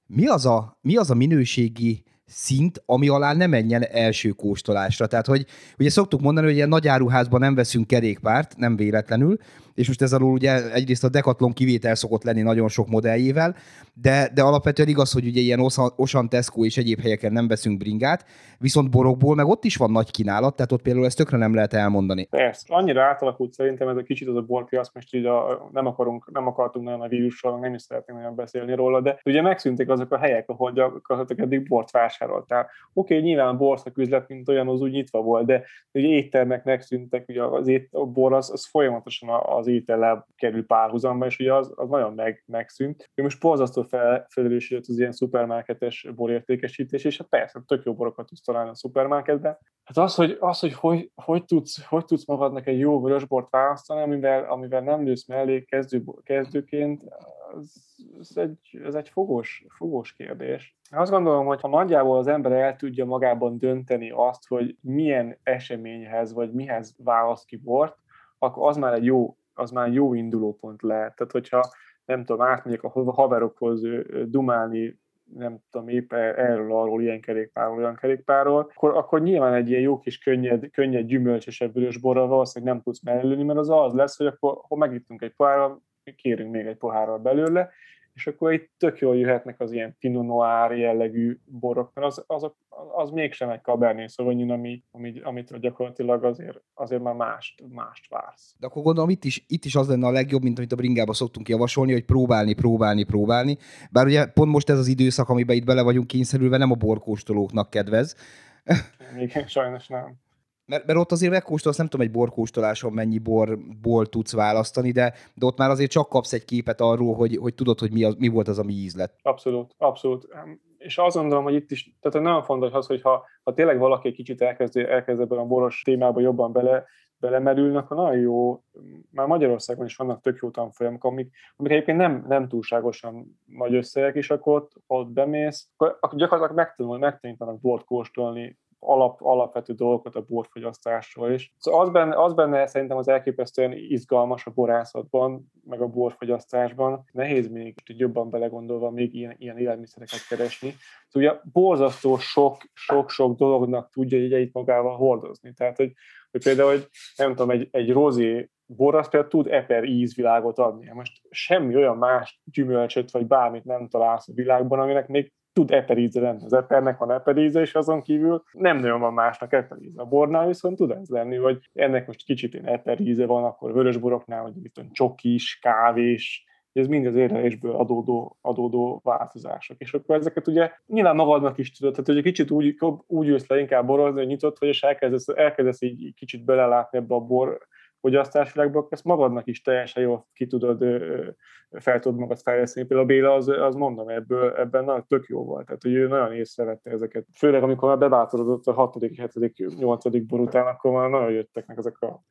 mi az a minőségi szint, ami alá ne menjen első kóstolásra. Tehát, hogy ugye szoktuk mondani, hogy ilyen nagy áruházban nem veszünk kerékpárt, nem véletlenül, és most ez alól ugye egyrészt a Decathlon kivétel szokott lenni nagyon sok modelljével, de alapvetően igaz, hogy ugye ilyen Osan, Tesco és egyéb helyeken nem veszünk bringát, viszont borokból meg ott is van nagy kínálat, tehát ott például ezt tökre nem lehet elmondani. Persze, annyira átalakult szerintem ez a kicsit az a borpiac, most így nem akartunk nagyon a vírusról, nem is szeretnénk nagyon beszélni róla, de ugye megszűntek azok a helyek, ahol gyakorlatilag eddig bort vásároltál. Oké, nyilván borszaküzlet, mint olyan, az úgy nyitva volt, de ugye éttermek megszűntek, ugye a bor az folyamatosan az étellel kerül párhuzamba, és ugye az nagyon megszűnt. Most borzasztó felelősséget az ilyen szupermarketes borértékesítés, és hát persze tök jó borokat tudsz találni a szupermarketben. Hát hogy tudsz magadnak egy jó vörösbort választani, amivel nem lősz mellé kezdőként, ez egy fogós kérdés. Azt gondolom, hogy ha nagyjából az ember el tudja magában dönteni azt, hogy milyen eseményhez vagy mihez választ ki bort, akkor az már egy jó indulópont lehet. Tehát, hogyha nem tudom, átmegyek a haverokhoz dumálni, nem tudom, épp erről-arról, ilyen kerékpárról, olyan kerékpárról, akkor nyilván egy ilyen jó kis könnyed gyümölcsösebb vörösborral valószínűleg nem tudsz mellőni, mert az lesz, hogy akkor ha megittunk egy pohárral, kérünk még egy pohárral belőle, és akkor itt tök jól jöhetnek az ilyen Pinot Noir jellegű borok, mert az mégsem egy Cabernet Sauvignon, amit gyakorlatilag azért már mást vársz. De akkor gondolom itt is az lenne a legjobb, mint amit a bringába szoktunk javasolni, hogy próbálni. Bár ugye pont most ez az időszak, amiben itt bele vagyunk kényszerülve, nem a borkóstolóknak kedvez. Igen, sajnos nem. Mert ott azért megkóstolsz, nem tudom, egy borkóstoláson mennyi borból tudsz választani, de ott már azért csak kapsz egy képet arról, hogy tudod, hogy mi volt az, ami íz lett. Abszolút. És azt gondolom, hogy itt is, tehát nagyon fontos az, hogy ha tényleg valaki egy kicsit elkezd ebben a boros témába jobban belemerülnek, akkor nagyon jó, már Magyarországon is vannak tök jó tanfolyamok, amik egyébként nem túlságosan nagy összegek is, akkor ott bemész, akkor gyakorlatilag megtanítanak bort kóstolni alapvető dolgokat a borfogyasztásról is. Szóval az benne szerintem az elképesztően izgalmas a borászatban, meg a borfogyasztásban. Nehéz még jobban belegondolva még ilyen élelmiszereket keresni. Szóval ugye borzasztó sok dolognak tudja jegyeit magával hordozni. Tehát, hogy például, hogy nem tudom, egy rozé bor az például tud eper ízvilágot adni. Most semmi olyan más gyümölcsöt, vagy bármit nem találsz a világban, aminek még tud eperíze lenni. Az epernek van eperíze, és azon kívül nem nagyon van másnak eperíze. A bornál viszont tud ez lenni, hogy ennek most kicsit ilyen eperíze van, akkor vörösboroknál, hogy itt csokis, kávés, ez mind az érlelésből adódó változások. És akkor ezeket ugye nyilván magadnak is tudod, tehát hogy kicsit úgy ülsz le inkább borozni, hogy nyitott, hogy és elkezdesz így kicsit belelátni ebbe a bor fogyasztásvilágba, ezt magadnak is teljesen jól fel tudod magad fejleszteni. Például a Béla, az mondom, ebben nagyon tök jó volt. Tehát, hogy ő nagyon észrevette ezeket. Főleg, amikor már bebátorodott a 6., 7., 8. bor után, akkor már nagyon jöttek meg ezek a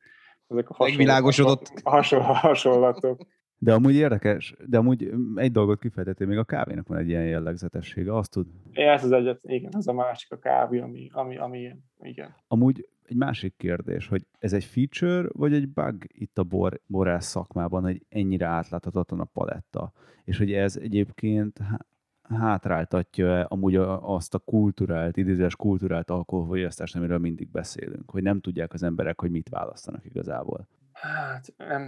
hasonlatok. De amúgy érdekes, egy dolgot kifejtettél, még a kávénak van egy ilyen jellegzetessége, azt tud? Ez az egyet, igen, ez a másik a kávé, ami ilyen, igen. Amúgy egy másik kérdés, hogy ez egy feature, vagy egy bug itt a borász szakmában, hogy ennyire átláthatatlan a paletta, és hogy ez egyébként hátráltatja amúgy azt a idézős kulturált alkoholfogyasztást, amiről mindig beszélünk, hogy nem tudják az emberek, hogy mit választanak igazából. Hát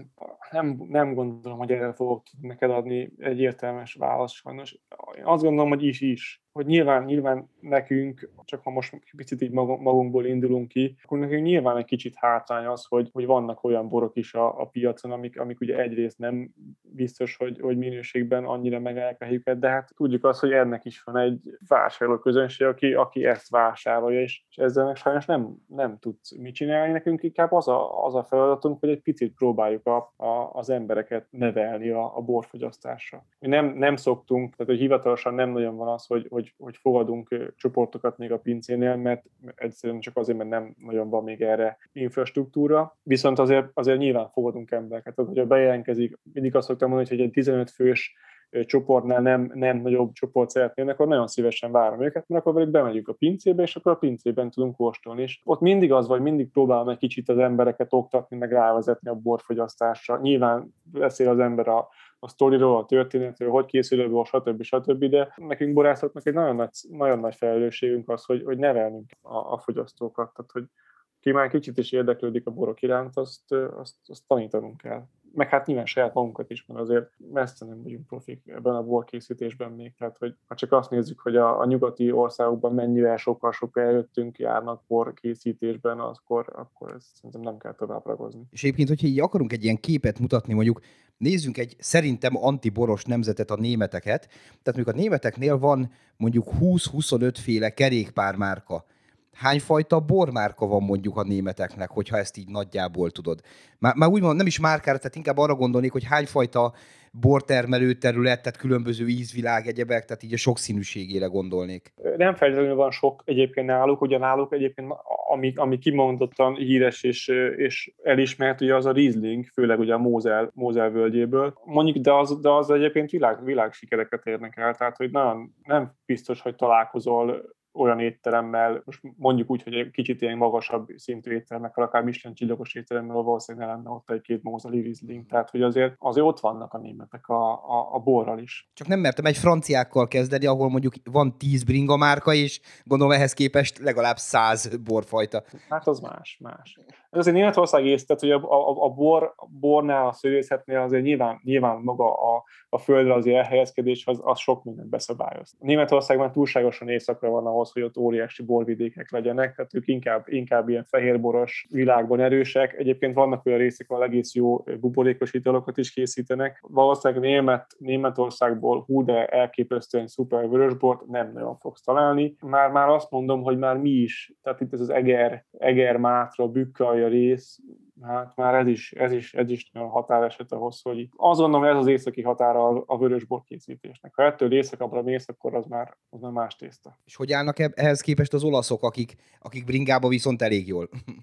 nem gondolom, hogy erre fogok neked adni egy értelmes választ sajnos. Én azt gondolom, hogy is. Hogy nyilván nekünk, csak ha most picit így magunkból indulunk ki, akkor nekünk nyilván egy kicsit hátrány az, hogy vannak olyan borok is a piacon, amik ugye egyrészt nem biztos, hogy minőségben annyira megállják a helyüket, de hát tudjuk azt, hogy ennek is van egy vásárlóközönség, aki ezt vásárolja, és ezzel sajnos nem tudsz mit csinálni. Nekünk inkább az a feladatunk, hogy egy picit próbáljuk az embereket nevelni a borfogyasztásra. Mi nem szoktunk, tehát hogy hivatalosan nem nagyon van az, hogy fogadunk csoportokat még a pincénél, mert egyszerűen csak azért, mert nem nagyon van még erre infrastruktúra. Viszont azért nyilván fogadunk embereket. Tehát, hogyha bejelentkezik, mindig azt szoktam mondani, hogy egy 15 fős csoportnál nem nagyobb csoport szeretnének, akkor nagyon szívesen várom őket, mert akkor velük bemegyünk a pincébe, és akkor a pincében tudunk kóstolni. És ott mindig az, vagy mindig próbálom egy kicsit az embereket oktatni, meg rávezetni a borfogyasztásra. Nyilván beszél az ember a sztoriról, a történetről, hogy készül a bor, stb. De nekünk borászoknak egy nagyon nagy felelősségünk az, hogy nevelnünk a fogyasztókat. Tehát, hogy ki már kicsit is érdeklődik a borok iránt, azt tanítanunk kell. Meg hát nyilván saját magunkat is, mert azért messze nem vagyunk profik ebben a borkészítésben még. Tehát, hogy ha csak azt nézzük, hogy a nyugati országokban mennyire sokkal előttünk járnak borkészítésben, akkor ezt szerintem nem kell tovább ragozni. És egyébként, hogyha így akarunk egy ilyen képet mutatni, mondjuk nézzünk egy szerintem antiboros nemzetet, a németeket. Tehát mondjuk a németeknél van mondjuk 20-25 féle kerékpármárka. Hányfajta bormárka van mondjuk a németeknek, hogyha ezt így nagyjából tudod? Már úgy nem is márkára, tehát inkább arra gondolnék, hogy hányfajta bortermelő terület, tehát különböző ízvilág, egyebek, tehát így a sokszínűségére gondolnék. Nem feltétlenül van sok egyébként náluk, ugye náluk egyébként ami kimondottan híres és elismert, ugye az a Riesling, főleg ugye a Mosel völgyéből. Mondjuk, de az egyébként világsikereket érnek el, tehát hogy nem biztos, hogy találkozol olyan étteremmel, most mondjuk úgy, hogy egy kicsit ilyen magasabb szintű étteremmel, akár Michelin csillagos étteremmel, valószínűleg ne lenne ott egy-két Moseli Riesling. Tehát, hogy azért ott vannak a németek a borral is. Csak nem mertem egy franciákkal kezdeni, ahol mondjuk van 10 bringa márka, és gondolom ehhez képest legalább 100 borfajta. Hát az más. Ez azért Németország tehát, hogy a bornál, a szőlészetnél azért nyilván maga a földre az elhelyezkedés, az sok mindent beszabályoz. Németországban túlságosan északra van ahhoz, hogy ott óriási borvidékek legyenek, tehát ők inkább ilyen fehérboros világban erősek. Egyébként vannak olyan részek, ahol egész jó buborékos italokat is készítenek. Valószínűleg Németországból de elképesztően szuper vörösbort nem nagyon fogsz találni. Már azt mondom, hogy már mi is, tehát itt ez az Eger, Mátra, Bükkalja rész, hát már ez is nagyon határeset ahhoz, hogy azt gondolom, hogy ez az északi határa a vörösbor készítésnek. Ha ettől északabbra mész, akkor az már más tészta. És hogy állnak ehhez képest az olaszok, akik bringába viszont elég jól?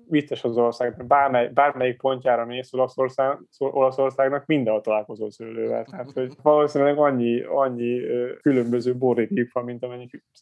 vicces az ország, bármelyik pontjára mész Olaszországnak, mindenhol találkozol szőlővel. Tehát, hogy valószínűleg annyi különböző borrégiók van, mint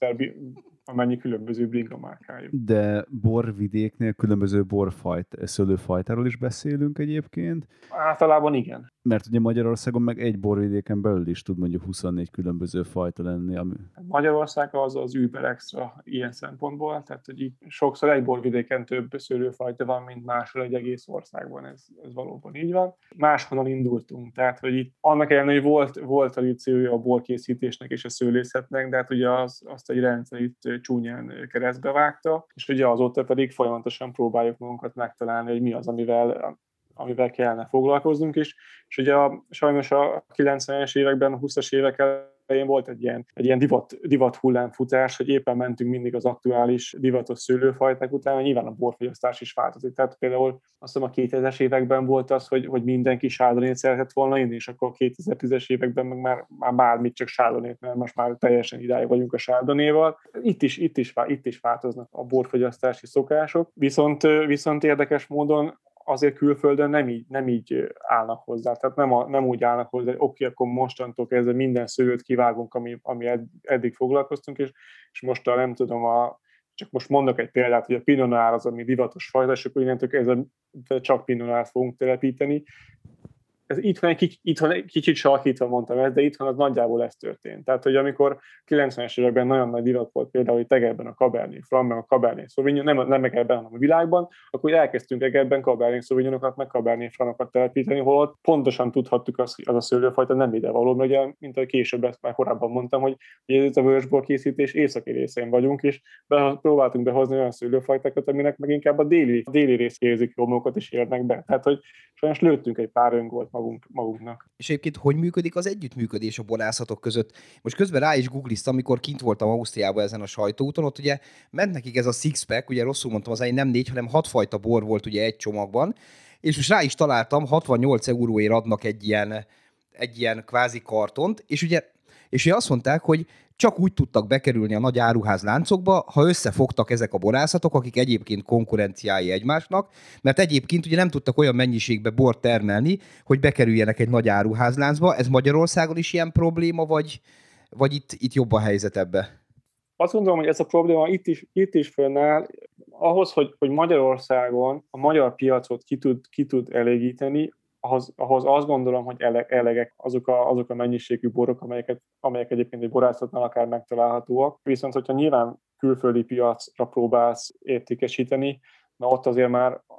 amennyi különböző bringamárkájuk. De borvidéknél különböző szőlőfajtáról is beszélünk egyébként? Általában igen. Mert ugye Magyarországon meg egy borvidéken belül is tud mondjuk 24 különböző fajta lenni. Magyarország az über extra ilyen szempontból, tehát hogy így sokszor egy borvidéken több szőlőfajta van, mint máshol egy egész országban, ez valóban így van. Máshonnan indultunk, tehát hogy itt annak ellenére, hogy volt tradíciója a borkészítésnek és a szőlészetnek, de hát ugye azt egy rendszer itt csúnyán keresztbe vágta, és ugye azóta pedig folyamatosan próbáljuk magunkat megtalálni, hogy mi az, amivel kellene foglalkoznunk is. És ugye sajnos a 90-es években, a 20-as évek elején volt egy ilyen divat hullámfutás, hogy éppen mentünk mindig az aktuális divatos szőlőfajták után, nyilván a borfogyasztás is változik. Tehát például azt hiszem a 2000-es években volt az, hogy mindenki chardonnayt szeretett volna inni, és akkor a 2010-es években meg már bármit csak chardonnayt, mert most már teljesen idáig vagyunk a chardonnayval. Itt is változnak a borfogyasztási szokások, viszont érdekes módon azért külföldön nem így állnak hozzá. Tehát nem úgy állnak hozzá, hogy oké, akkor mostantól kezdve minden szőlőt kivágunk, ami eddig foglalkoztunk, és most nem tudom, csak most mondok egy példát, hogy a Pinot Noir az, ami divatos fajta, és akkor innentől kezdve csak Pinot Noirt fogunk telepíteni. Ez itthon egy kicsit sarkítva mondtam ezt, de itthon az nagyjából ez történt. Tehát, hogy amikor 90-es években nagyon nagy divat volt például, hogy Egerben a Cabernet Franc, meg a Cabernet Sauvignon, nem Egerben, hanem a világban, akkor elkezdtünk Egerben Cabernet Sauvignonokat, meg Cabernet Francokat telepíteni, holott pontosan tudhattuk, az a szőlőfajta nem idevaló, mert ugye, mint ahogy később ezt már korábban mondtam, hogy ez a vörösbor készítés északi részén vagyunk, és próbáltunk behozni olyan szőlőfajtákat, aminek meg inkább a déli részt érzik jomokat is érnek be. Tehát, hogy sajnos lőttünk egy pár öngolt magunknak. És egyébként hogy működik az együttműködés a borászatok között? Most közben rá is googliztam, amikor kint voltam Ausztriában ezen a sajtóúton, ott ugye ment nekik ez a six-pack, ugye rosszul mondtam az elején, nem 4, hanem 6 fajta bor volt ugye egy csomagban, és most rá is találtam, 68 euróért adnak egy ilyen kvázi kartont, és ugye azt mondták, hogy csak úgy tudtak bekerülni a nagy áruház láncokba, ha összefogtak ezek a borászatok, akik egyébként konkurenciái egymásnak, mert egyébként ugye nem tudtak olyan mennyiségbe bort termelni, hogy bekerüljenek egy nagy áruházláncba. Ez Magyarországon is ilyen probléma, vagy itt jobb a helyzet ebbe? Azt gondolom, hogy ez a probléma itt is fönnáll. Ahhoz, hogy Magyarországon a magyar piacot ki tud elégíteni, ahhoz azt gondolom, hogy elegek azok a mennyiségű borok, amelyek egyébként egy borászatnál akár megtalálhatóak. Viszont, hogyha nyilván külföldi piacra próbálsz értékesíteni, na ott azért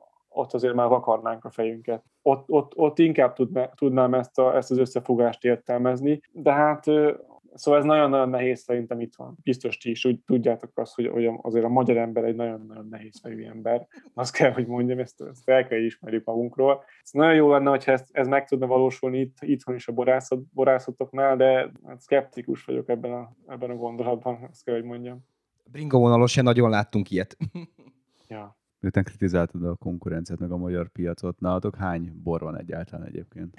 már vakarnánk a fejünket. Ott inkább tudnám ezt az összefogást értelmezni, de hát szóval ez nagyon-nagyon nehéz szerintem itt van. Biztos ti is úgy tudjátok azt, hogy azért a magyar ember egy nagyon-nagyon nehéz fejű ember. Azt kell, hogy mondjam, ezt el kell ismerjük magunkról. Ez nagyon jó lenne, hogyha ez meg tudna valósulni itthon is a borászatoknál, de szkeptikus vagyok ebben a gondolatban, azt kell, hogy mondjam. Bringavonalon sem nagyon láttunk ilyet. Ja. Miután kritizáltad a konkurenciát meg a magyar piacot, nálatok hány bor van egyáltalán egyébként?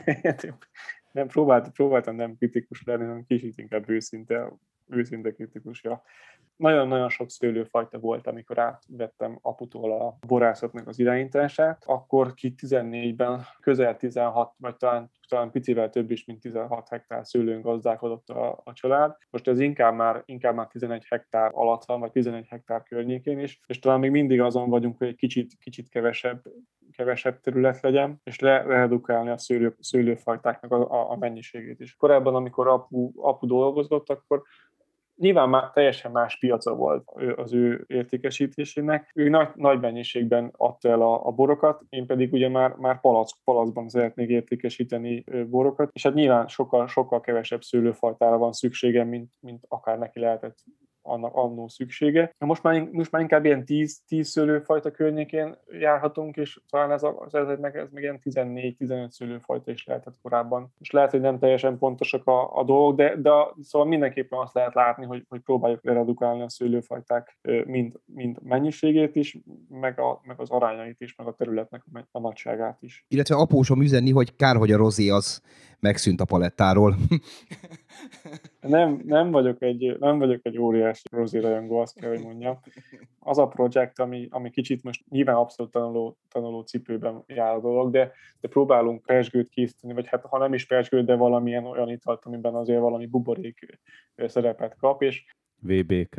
Nem próbáltam nem kritikus lenni, hanem kicsit inkább őszinte kritikus. Ja. Nagyon-nagyon sok szőlőfajta volt, amikor átvettem aputól a borászatnak az irányítását, akkor 14-ben közel 16, vagy talán picivel több is, mint 16 hektár szőlőn gazdálkodott a család. Most ez inkább már 11 hektár alatt van, vagy 11 hektár környékén is, és talán még mindig azon vagyunk, hogy egy kicsit kevesebb terület legyen, és redukálni a szőlőfajtáknak a mennyiségét is. Korábban, amikor apu dolgozott, akkor nyilván már teljesen más piaca volt az ő értékesítésének. Ő nagy mennyiségben adta el a borokat, én pedig ugye már palacban szeretnék értékesíteni borokat, és hát nyilván sokkal kevesebb szőlőfajtára van szükségem, mint akár neki lehetett annak annó szüksége. Most már inkább ilyen 10 szőlőfajta környékén járhatunk, és talán ez meg ilyen 14-15 szőlőfajta is lehetett korábban. És lehet, hogy nem teljesen pontosak a dolgok, de szóval mindenképpen azt lehet látni, hogy próbáljuk leredukálni a szőlőfajták mind mennyiségét is, meg az arányait is, meg a területnek a nagyságát is. Illetve apósom üzenni, hogy kár, hogy a rozé az megszűnt a palettáról. Nem vagyok egy óriási rozé rajongó, azt kell, hogy mondjam. Az a projekt, ami kicsit most nyilván abszolút tanuló cipőben jár a dolog, de próbálunk pezsgőt készíteni, vagy hát ha nem is pezsgőt, de valamilyen olyan italt, amiben azért valami buborék szerepet kap, és VBK.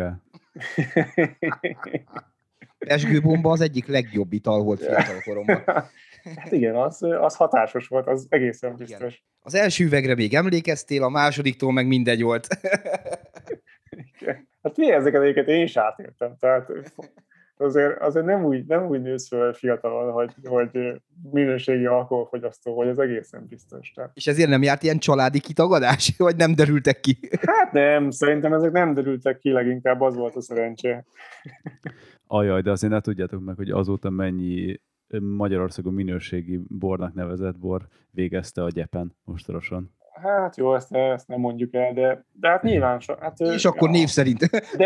Pezsgőbomba az egyik legjobb ital volt fiatal koromban. Hát igen, az hatásos volt, az egészen biztos. Igen. Az első üvegre még emlékeztél, a másodiktól meg mindegy volt. Igen. Hát mi ezeket én is átértem, tehát azért nem úgy nősz fel fiatalon, hogy minőségi alkoholfogyasztó, hogy ez egészen biztos. Tehát. És ezért nem járt ilyen családi kitagadás, vagy nem derültek ki? Hát nem, szerintem ezek nem derültek ki, leginkább az volt a szerencsé. Ajaj, de azért ne tudjátok meg, hogy azóta mennyi Magyarországon minőségi bornak nevezett bor végezte a gyepen mostorosan. Hát jó, ezt nem mondjuk el, de hát nyilván... Hát, és akkor név szerint.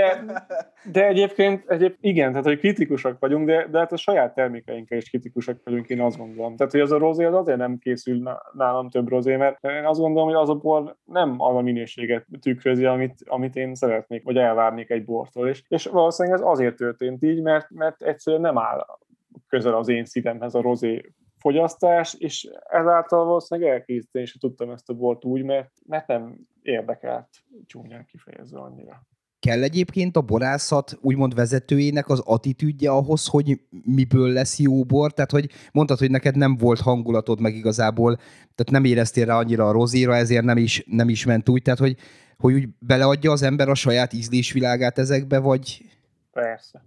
De egyébként igen, tehát hogy kritikusak vagyunk, de hát a saját termékeinkkel is kritikusak vagyunk, én azt gondolom. Tehát, hogy az a rozé az azért nem készül nálam több rozé, mert én azt gondolom, hogy az a bor nem az a minőséget tükrözi, amit én szeretnék, vagy elvárnék egy bortól. És valószínűleg ez azért történt így, mert egyszerűen nem áll közel az én szívemhez a rozé fogyasztás, és ezáltal valószínűleg elkészíteni is tudtam ezt a bort úgy, mert nem érdekelt csúnyán kifejezve annyira. Kell egyébként a borászat úgymond vezetőjének az attitűdje ahhoz, hogy miből lesz jó bor? Tehát, hogy mondtad, hogy neked nem volt hangulatod meg igazából, tehát nem éreztél rá annyira a rozéra, ezért nem is ment úgy, tehát, hogy úgy beleadja az ember a saját ízlésvilágát ezekbe, vagy... Persze.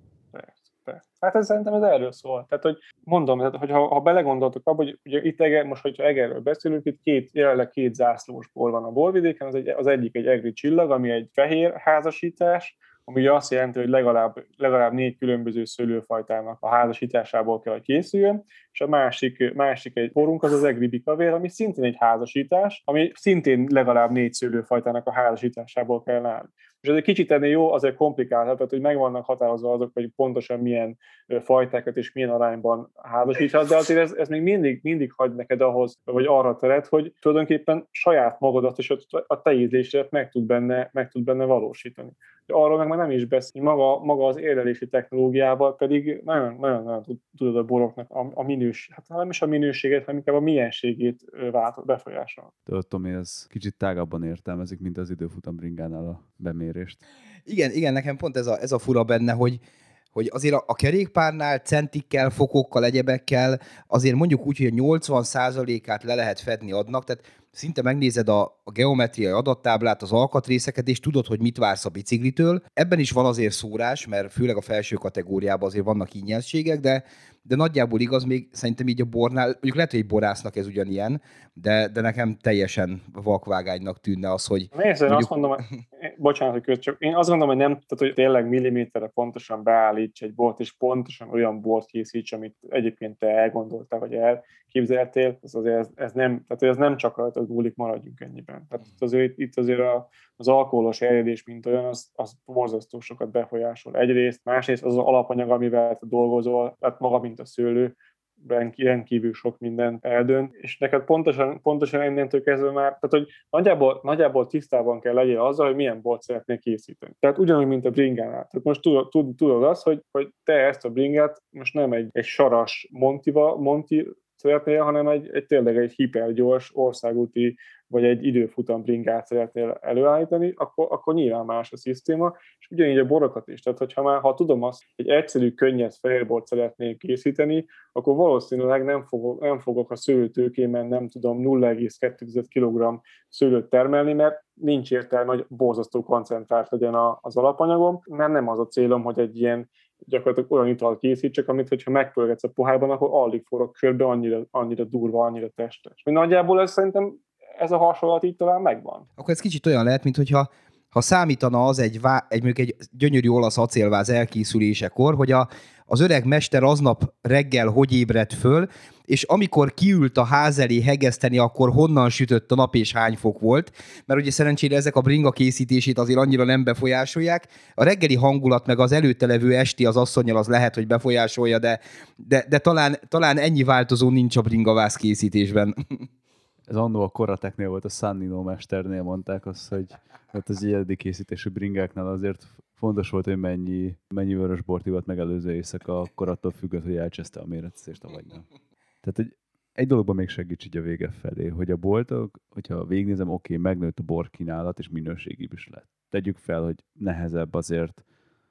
Hát szerintem ez erről szól. Tehát, hogy mondom, hogy ha belegondoltok abba, hogy ugye itt most, hogyha Egerről beszélünk, itt jelenleg két zászlós bor van a borvidéken, az egyik egy egri csillag, ami egy fehér házasítás, ami ugye azt jelenti, hogy legalább 4 különböző szőlőfajtának a házasításából kell, hogy készüljön, és a másik egy borunk, az egri bikavér, ami szintén egy házasítás, ami szintén legalább 4 szőlőfajtának a házasításából kell állni. És ez egy kicsit ennél jó, azért komplikálhat, tehát hogy meg vannak határozva azok, hogy pontosan milyen fajtákat és milyen arányban házasíthat, de azért ez még mindig hagy neked ahhoz, vagy arra teret, hogy tulajdonképpen saját magadat és a te ízlésedet meg tud benne valósítani. De arról meg már nem is beszél. Maga az érlelési technológiával pedig nagyon tudod a boroknak hát nem is a minőséget, hanem inkább a mienségét befolyásol. Tudod, Tomi, ez kicsit tágabban értelmezik, mint az időfutam bringánál a bemérést. Igen, nekem pont ez a fura benne, hogy azért a kerékpárnál centikkel, fokokkal, egyebekkel azért mondjuk úgy, hogy a 80%-át le lehet fedni adnak, tehát szinte megnézed a geometriai adattáblát, az alkatrészeket, és tudod, hogy mit vársz a biciklitől. Ebben is van azért szórás, mert főleg a felső kategóriában azért vannak ingyenségek, de nagyjából igaz, még szerintem így a bornál, mondjuk lehet, hogy egy borásznak ez ugyanilyen, de nekem teljesen vakvágánynak tűnne az, hogy... Én azt mondom, bocsánat, hogy csak én azt gondolom, hogy nem, tehát hogy tényleg milliméterre pontosan beállíts egy bort, és pontosan olyan bort készíts, amit egyébként te elgondoltál, vagy elképzeltél, ez nem csak rajta múlik, maradjunk ennyiben. Tehát itt azért az alkoholos erjedés, mint olyan, az borzasztó sokat befolyásol. Egyrészt, másrészt az alapanyag, amivel te dolgozol, tehát maga, mint a szőlő, rendkívül sok mindent eldönt, és neked pontosan innentől kezdve már, tehát hogy nagyjából tisztában kell legyél azzal, hogy milyen bort szeretnél készíteni. Tehát ugyanúgy, mint a bringánál. Tehát most tudod azt, hogy te ezt a bringát most nem egy saras Monti szeretnél, hanem tényleg egy hipergyors országúti vagy egy időfutam bringát szeretnél előállítani, akkor nyilván más a szisztéma, és ugyanígy a borokat is. Tehát, ha tudom azt, hogy egyszerű, könnyed fehérbort szeretnék készíteni, akkor valószínűleg nem fogok a szőlőtőkében, nem tudom, 0,2 kg szőlőt termelni, mert nincs értelme, hogy borzasztó koncentrált legyen az alapanyagom, mert nem az a célom, hogy egy ilyen gyakorlatilag olyan ital készítsek, amit, hogyha megpörgetsz a pohárban, akkor alig forog körbe, annyira durva, annyira testes. Nagyjából szerintem ez a hasonlat így talán megvan. Akkor ez kicsit olyan lehet, mint hogyha számítana az mondjuk egy gyönyörű olasz acélváz elkészülésekor, hogy az öreg mester aznap reggel hogy ébredt föl, és amikor kiült a ház elé hegeszteni, akkor honnan sütött a nap és hány fok volt, mert ugye szerencsére ezek a bringa készítését azért annyira nem befolyásolják. A reggeli hangulat meg az előtte levő esti az asszonnyal az lehet, hogy befolyásolja, de talán ennyi változó nincs a bringaváz készítésben. Ez annó a Korateknél volt, a Sannino mesternél mondták azt, hogy hát az egyedi készítésű bringáknál azért fontos volt, hogy mennyi vörösbort ivott megelőző éjszaka, akkor attól függött, hogy elcseszte a méretezést, vagy nem. Tehát, hogy egy dologban még segíts így a vége felé, hogy a boltok, hogyha végignézem, oké, megnőtt a borkínálat, és minőségibb is lett. Tegyük fel, hogy nehezebb azért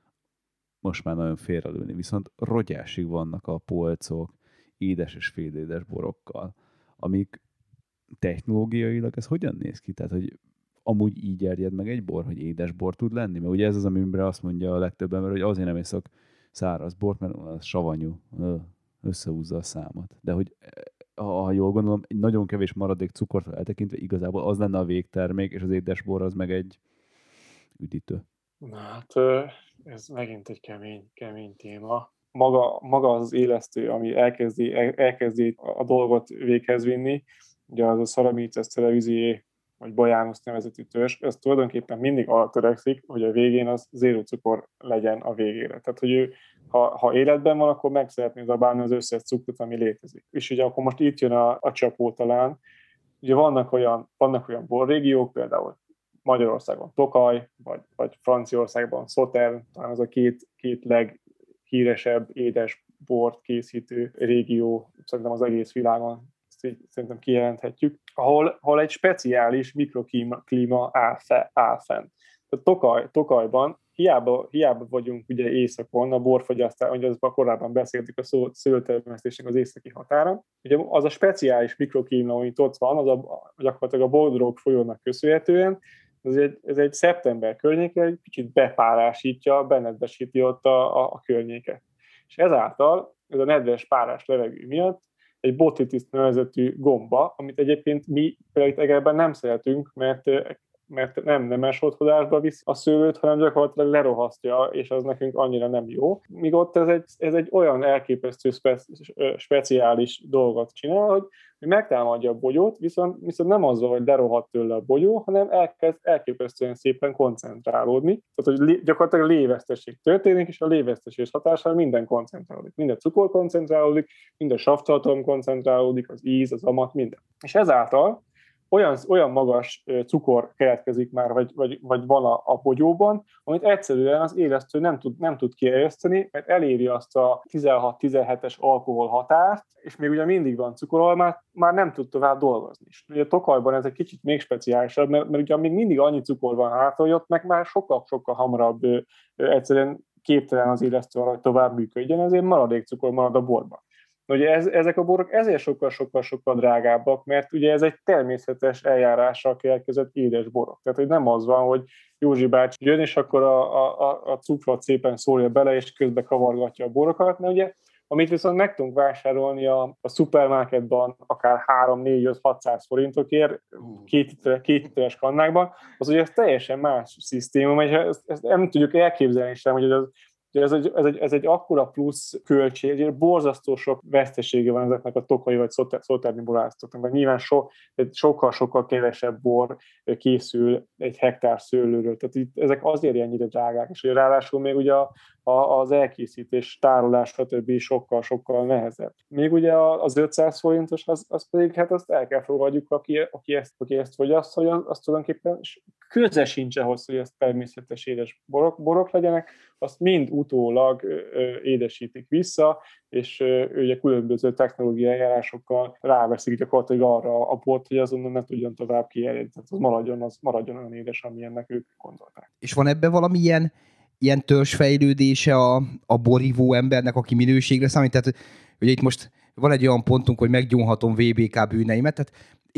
most már nagyon félrelőni, viszont rogyásig vannak a polcok édes és félédes borokkal, amik technológiailag ez hogyan néz ki? Tehát, hogy amúgy így erjed meg egy bor, hogy édes bor tud lenni? Mert ugye ez az, amire azt mondja a legtöbb ember, hogy azért nem iszok száraz bort, mert az savanyú, összehúzza a számat. De hogy, ha jól gondolom, egy nagyon kevés maradék cukort eltekintve igazából az lenne a végtermék, és az édes bor az meg egy üdítő. Na hát ez megint egy kemény téma. Maga az élesztő, ami elkezdi a dolgot véghez vinni, ugye az a Saccharomyces cerevisiae, vagy Bajánus nevezetű törzs, ez tulajdonképpen mindig arra törekszik, hogy a végén az zéró cukor legyen a végére. Tehát, hogy ő, ha életben van, akkor meg szeretné zabálni az összes cukrot, ami létezik. És ugye akkor most itt jön a csapó talán. Ugye vannak olyan borrégiók, például Magyarországon Tokaj, vagy Franciaországban Sauternes, talán az a két leghíresebb édes bort készítő régió, szerintem az egész világon, ezt szerintem kijelenthetjük, ahol egy speciális mikroklíma áll fenn. Tokajban hiába vagyunk ugye északon, a borfogyasztás, ugye az korábban beszéltük a szőlőtermesztésnek az északi határon, ugye az a speciális mikroklíma, ami ott van, az gyakorlatilag a Bodrog folyónak köszönhetően, ez egy szeptember környéke egy kicsit bepárásítja, benedvesíti ott a környéket. És ezáltal, ez a nedves párás levegő miatt egy botitis nevezetű gomba, amit egyébként mi például Egerben nem szeretünk, mert nem nemes odhozásba viszi a szőlőt, hanem gyakorlatilag lerohasztja, és az nekünk annyira nem jó. Míg ott ez egy olyan elképesztő speciális dolgot csinál, hogy megtámadja a bogyót, viszont nem azzal, hogy lerohadt tőle a bogyó, hanem elkezd elképesztően szépen koncentrálódni. Tehát, hogy gyakorlatilag lévesztesség történik, és a lévesztesés hatására minden koncentrálódik. Minden cukor koncentrálódik, minden savtartalom koncentrálódik, az íz, az amat, minden. És ezáltal olyan magas cukor keletkezik már, vagy van a bogyóban, amit egyszerűen az élesztő nem tud kierjeszteni, mert eléri azt a 16-17-es alkohol határt, és még ugye mindig van cukoralmát, már nem tud tovább dolgozni. És ugye a Tokajban ez egy kicsit még speciálisabb, mert ugye még mindig annyi cukor van hátra, hogy ott meg már sokkal hamarabb egyszerűen képtelen az élesztő arra, hogy tovább működjön, ezért maradék cukor marad a borban. Ugye ezek a borok ezért sokkal drágábbak, mert ugye ez egy természetes eljárással keletkezett édes borok. Tehát, hogy nem az van, hogy Józsi bácsi jön, és akkor a cukrot szépen szórja bele, és közben kavargatja a borokat, mert ugye, amit viszont meg tudunk vásárolni a szupermarketban, akár 3-4-5-600 forintokért, két literes kannákban, az ugye ez teljesen más szisztéma, és ezt nem tudjuk elképzelni sem, hogy ez egy akkora plusz költség, hogy borzasztó sok vesztesége van ezeknek a tokai vagy szauterni borászatoknak, mert nyilván sokkal kevesebb bor készül egy hektár szőlőről. Tehát itt ezek azért ennyire drágák, és ráadásul még ugye az elkészítés, tárolás, stb. sokkal nehezebb. Még ugye az 500 forintos, az pedig hát azt el kell fogadjuk, aki ezt fogyasztja, az tulajdonképpen köze sincs ahhoz, hogy ez természetes édes borok legyenek, azt mind utólag édesítik vissza, és ugye különböző technológiai eljárásokkal ráveszik gyakorlatilag arra a bort, hogy azonnal ne tudjon tovább kierjedni, tehát az maradjon olyan édes, amilyennek ők gondolták. És van ebben valami ilyen törzsfejlődése a borívó embernek, aki minőségre számít? Tehát ugye itt most van egy olyan pontunk, hogy meggyónhatom VBK bűneimet, tehát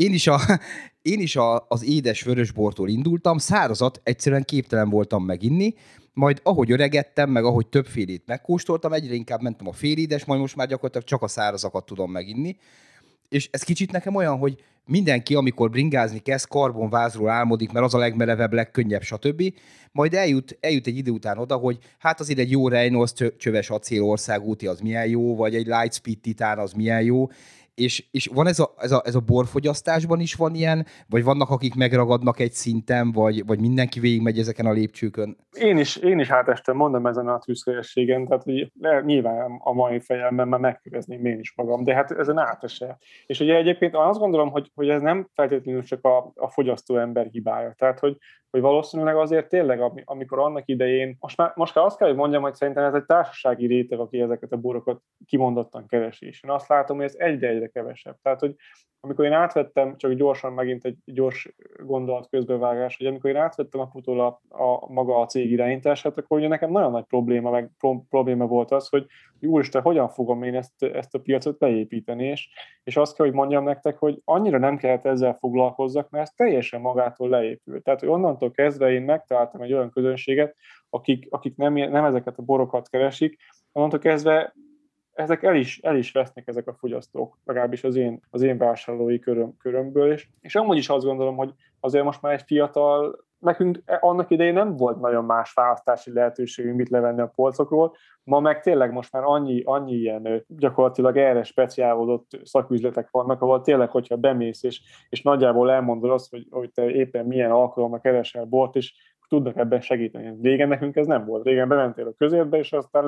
én is az édes vörösbortól indultam, szárazat egyszerűen képtelen voltam meginni, majd ahogy öregettem, meg ahogy többfélét megkóstoltam, egyre inkább mentem a félédes, majd most már gyakorlatilag csak a szárazakat tudom meginni. És ez kicsit nekem olyan, hogy mindenki, amikor bringázni kezd, karbonvázról álmodik, mert az a legmerevebb, legkönnyebb, stb. Majd eljut egy idő után oda, hogy hát azért egy jó Reynolds csöves acél országúti az milyen jó, vagy egy Lightspeed Titán az milyen jó, És van ez a borfogyasztásban is van ilyen, vagy vannak, akik megragadnak egy szinten, vagy mindenki végigmegy ezeken a lépcsőkön? Én is hátestem, mondom ezen a tűzkölyességen, tehát hogy nyilván a mai fejemben már megkövezném én is magam, de hát ezen átese. És ugye egyébként azt gondolom, hogy ez nem feltétlenül csak a fogyasztó ember hibája. Tehát, hogy valószínűleg azért tényleg, amikor annak idején, most azt kell, hogy mondjam, hogy szerintem ez egy társasági réteg, aki ezeket a borokat kimondottan keresi. És én azt látom, hogy ez egyre kevesebb. Tehát, hogy amikor én átvettem, csak gyorsan megint egy gyors gondolat közbevágás, hogy amikor én átvettem a Putól maga a cég irányítását, akkor ugye nekem nagyon nagy probléma volt az, hogy úristen, hogyan fogom én ezt a piacot leépíteni, és azt kell, hogy mondjam nektek, hogy annyira nem kellett ezzel foglalkozzak, mert ez teljesen magától leépült. Tehát, hogy onnantól kezdve én megtaláltam egy olyan közönséget, akik nem ezeket a borokat keresik, onnantól kezdve ezek el is vesznek ezek a fogyasztók, legalábbis az én vásárlói körömből is. És amúgy is azt gondolom, hogy azért most már egy fiatal, nekünk annak idején nem volt nagyon más választási lehetőségünk, mit levenni a polcokról, ma meg tényleg most már annyi ilyen gyakorlatilag erre speciálódott szaküzletek vannak, ahol tényleg, hogyha bemész, és nagyjából elmondod azt, hogy te éppen milyen alkalommal keresel bort, és tudnak ebben segíteni. Régen nekünk ez nem volt. Régen bementél a közérbe, és aztán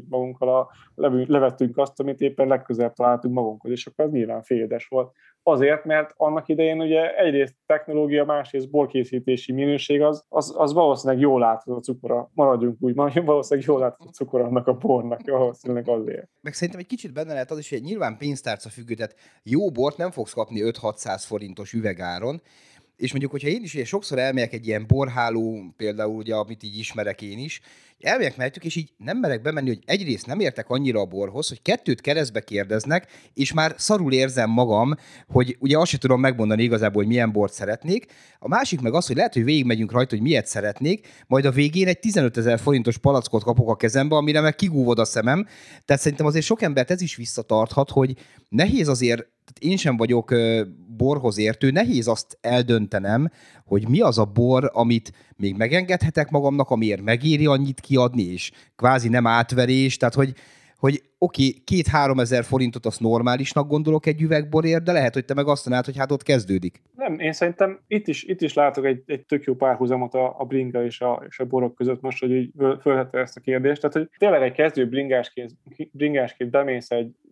levettünk azt, amit éppen legközelebb találtunk magunkhoz, és akkor az nyilván féldes volt. Azért, mert annak idején ugye egyrészt technológia, másrészt borkészítési minőség az valószínűleg jól látható a cukora. Maradjunk úgy, valószínűleg jól látható a cukora annak a bornak, valószínűleg azért. Meg szerintem egy kicsit benne lehet az is, hogy nyilván pénztárca függő, tehát jó bort nem fogsz kapni 5-600 forintos üvegáron, és mondjuk, hogyha én is ugye sokszor elmegyek egy ilyen borháló, például ugye, amit így ismerek én is, elmegyek mellettük, és így nem merek bemenni, hogy egyrészt nem értek annyira a borhoz, hogy kettőt keresztbe kérdeznek, és már szarul érzem magam, hogy ugye azt sem tudom megmondani igazából, hogy milyen bort szeretnék. A másik meg az, hogy lehet, hogy végigmegyünk rajta, hogy miért szeretnék, majd a végén egy 15 000 forintos palackot kapok a kezembe, amire meg kigúvod a szemem. Tehát szerintem azért sok embert ez is visszatarthat, hogy nehéz azért, én sem vagyok borhoz értő, nehéz azt eldöntenem, hogy mi az a bor, amit még megengedhetek magamnak, amiért megéri annyit kiadni, és kvázi nem átverés, tehát hogy oké, 2-3 ezer forintot azt normálisnak gondolok egy üvegborért, de lehet, hogy te meg azt mondanád, hogy hát ott kezdődik. Nem, én szerintem itt is látok egy tök jó párhuzamot a bringa és a borok között most, hogy így fölhette ezt a kérdést. Tehát, hogy tényleg egy kezdő bringásként bemész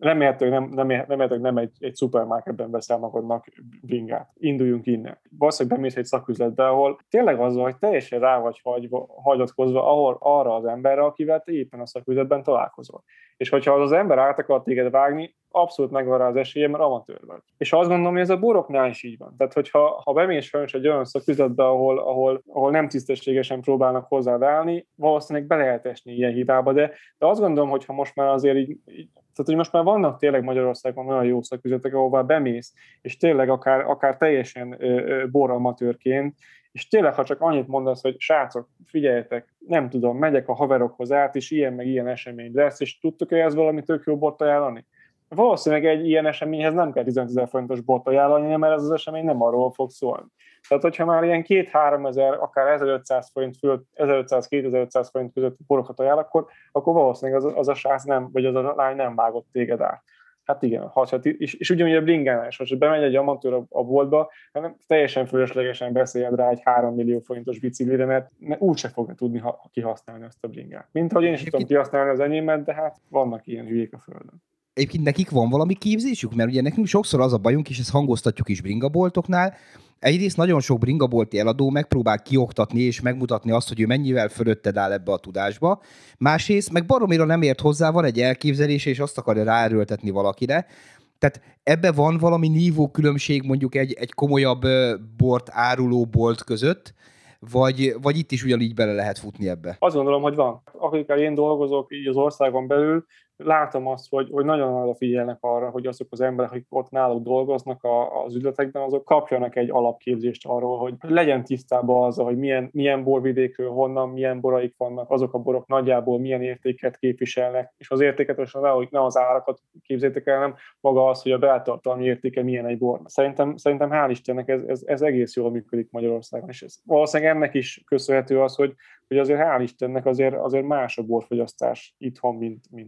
remélhetőleg nem egy szupermarketben veszel magadnak bringát. Induljunk innen. Valószínűleg bemész egy szaküzletbe, ahol tényleg az, hogy teljesen rá vagy hagyatkozva arra az emberre, akivel te éppen a szaküzletben találkozol. És hogyha az ember át akar téged vágni, abszolút megvan rá az esélye, mert amatőr vagy. És azt gondolom, hogy ez a boroknál is így van. Tehát, hogyha bemész sajnos egy olyan szaküzletbe, ahol nem tisztességesen próbálnak hozzád állni, valószínűleg be lehet esni ilyen hibába, de azt gondolom, hogy ha most már azért így tehát, hogy most már vannak tényleg Magyarországon olyan jó szaküzletek, ahová bemész, és tényleg akár teljesen boramatőrként, és tényleg, ha csak annyit mondasz, hogy srácok, figyeljetek, nem tudom, megyek a haverokhoz át, és ilyen meg ilyen esemény lesz, és tudtok ez valami tök jó bort ajánlani? Valószínűleg egy ilyen eseményhez nem kell 15 000 forintos bort ajánlani, mert ez az esemény nem arról fog szólni. Tehát, hogyha már ilyen 2-3 ezer, akár 1500 forint fölött, 1500-2500 forint között borokat ajánl, akkor valószínűleg az a srác nem, vagy az a lány nem vágott téged át. Hát igen, és ugyanúgy a bringánál is, hogyha bemegy egy amatőr a boltba, hanem teljesen fölöslegesen beszéljed rá egy 3 millió forintos biciklire, mert úgyse fogja tudni kihasználni azt a bringát. Mint ahogy én is tudom kihasználni az enyémet, de hát vannak ilyen hülyék a földön. Egyébként nekik van valami képzésük? Mert ugye nekünk sokszor az a bajunk, és ezt hangoztatjuk is bringaboltoknál, egyrészt nagyon sok bringabolti eladó megpróbál kioktatni és megmutatni azt, hogy ő mennyivel fölötted áll ebbe a tudásba. Másrészt meg baromira nem ért hozzá, van egy elképzelése, és azt akarja ráerőltetni valakire. Tehát ebbe van valami nívókülönbség mondjuk egy komolyabb bort áruló bolt között, vagy itt is ugyanígy bele lehet futni ebbe? Azt gondolom, hogy van. Akikkel én dolgozok így az országon belül, látom azt, hogy nagyon odafigyelnek arra, hogy azok az emberek, akik ott náluk dolgoznak az üzletekben, azok kapjanak egy alapképzést arról, hogy legyen tisztában azzal, hogy milyen borvidékről, honnan, milyen boraik vannak, azok a borok nagyjából milyen értéket képviselnek, és az értéket most ne az árakat képzeljétek el, nem maga az, hogy a beltartalmi értéke milyen egy bornak. Szerintem hál' Istennek ez egész jól működik Magyarországon, és ez valószínűleg ennek is köszönhető az, hogy azért hál' Istennek azért más a borfogyasztás itthon, mint volt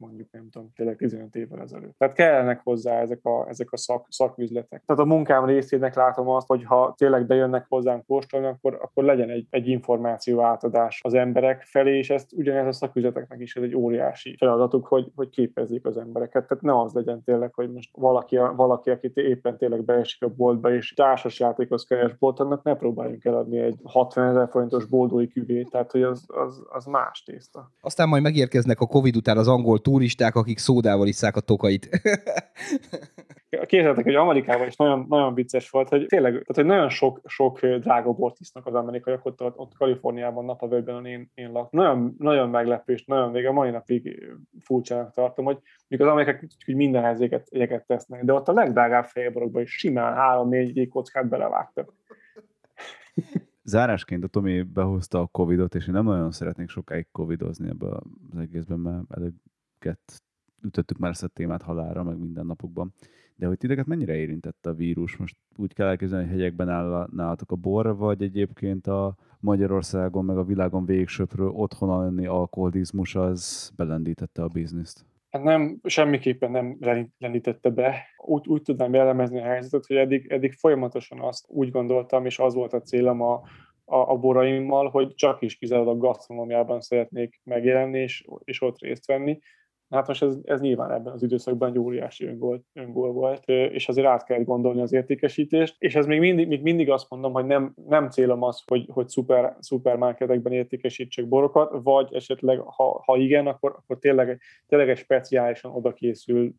mondjuk nem tudom, tényleg 15 évvel ezelőtt. Tehát kellenek hozzá ezek a szaküzletek. Tehát a munkám részének látom azt, hogy ha tényleg bejönnek hozzám kóstolni, akkor legyen egy információ átadás az emberek felé, és ezt ugyanez a szaküzleteknek is ez egy óriási feladatuk, hogy képezzék az embereket. Tehát ne az legyen tényleg, hogy most valaki aki éppen tényleg beesik a boltba, és társasjátékhoz keres bolt, annak ne próbáljunk eladni egy 60 000 forintos boldói küvét, tehát hogy az más tészta. Aztán majd megérkeznek a Covid után az angol turisták, akik szódával isszák a tokait. Képzeljétek, hogy Amerikában is nagyon, nagyon vicces volt, hogy tényleg, tehát, hogy nagyon sok drága bort isznak az amerikaiak, ott Kaliforniában, Napa-völgyben, én laktam. Nagyon, nagyon meglepő, és nagyon még a mai napig furcsának tartom, hogy mikor az amerikaiak mindenhez jegyeket tesznek, de ott a legdrágább fehérborokban is simán 3-4 jégkockát belevágtak. Zárásként a Tomi behozta a Covidot, és én nem nagyon szeretnék sokáig covidozni ebben az egészben, mert előket ütöttük már ezt a témát halálra, meg mindennapokban. De hogy titeket mennyire érintette a vírus? Most úgy kell elképzelni, hogy hegyekben nálatok a bor, vagy egyébként a Magyarországon, meg a világon végsöprő otthon lenni alkoholizmus, az belendítette a bizniszt? Hát nem, semmiképpen nem lendítette be. Úgy tudnám jellemezni a helyzetet, hogy eddig folyamatosan azt úgy gondoltam, és az volt a célom a boraimmal, hogy csak is kizárólag gasztronómiában szeretnék megjelenni, és ott részt venni. Hát most ez nyilván ebben az időszakban egy óriási öngól volt, és azért át kell gondolni az értékesítést, és ez még mindig azt mondom, hogy nem célom az, hogy szupermarketekben értékesítsek borokat, vagy esetleg, ha igen, akkor tényleg egy speciálisan oda készülő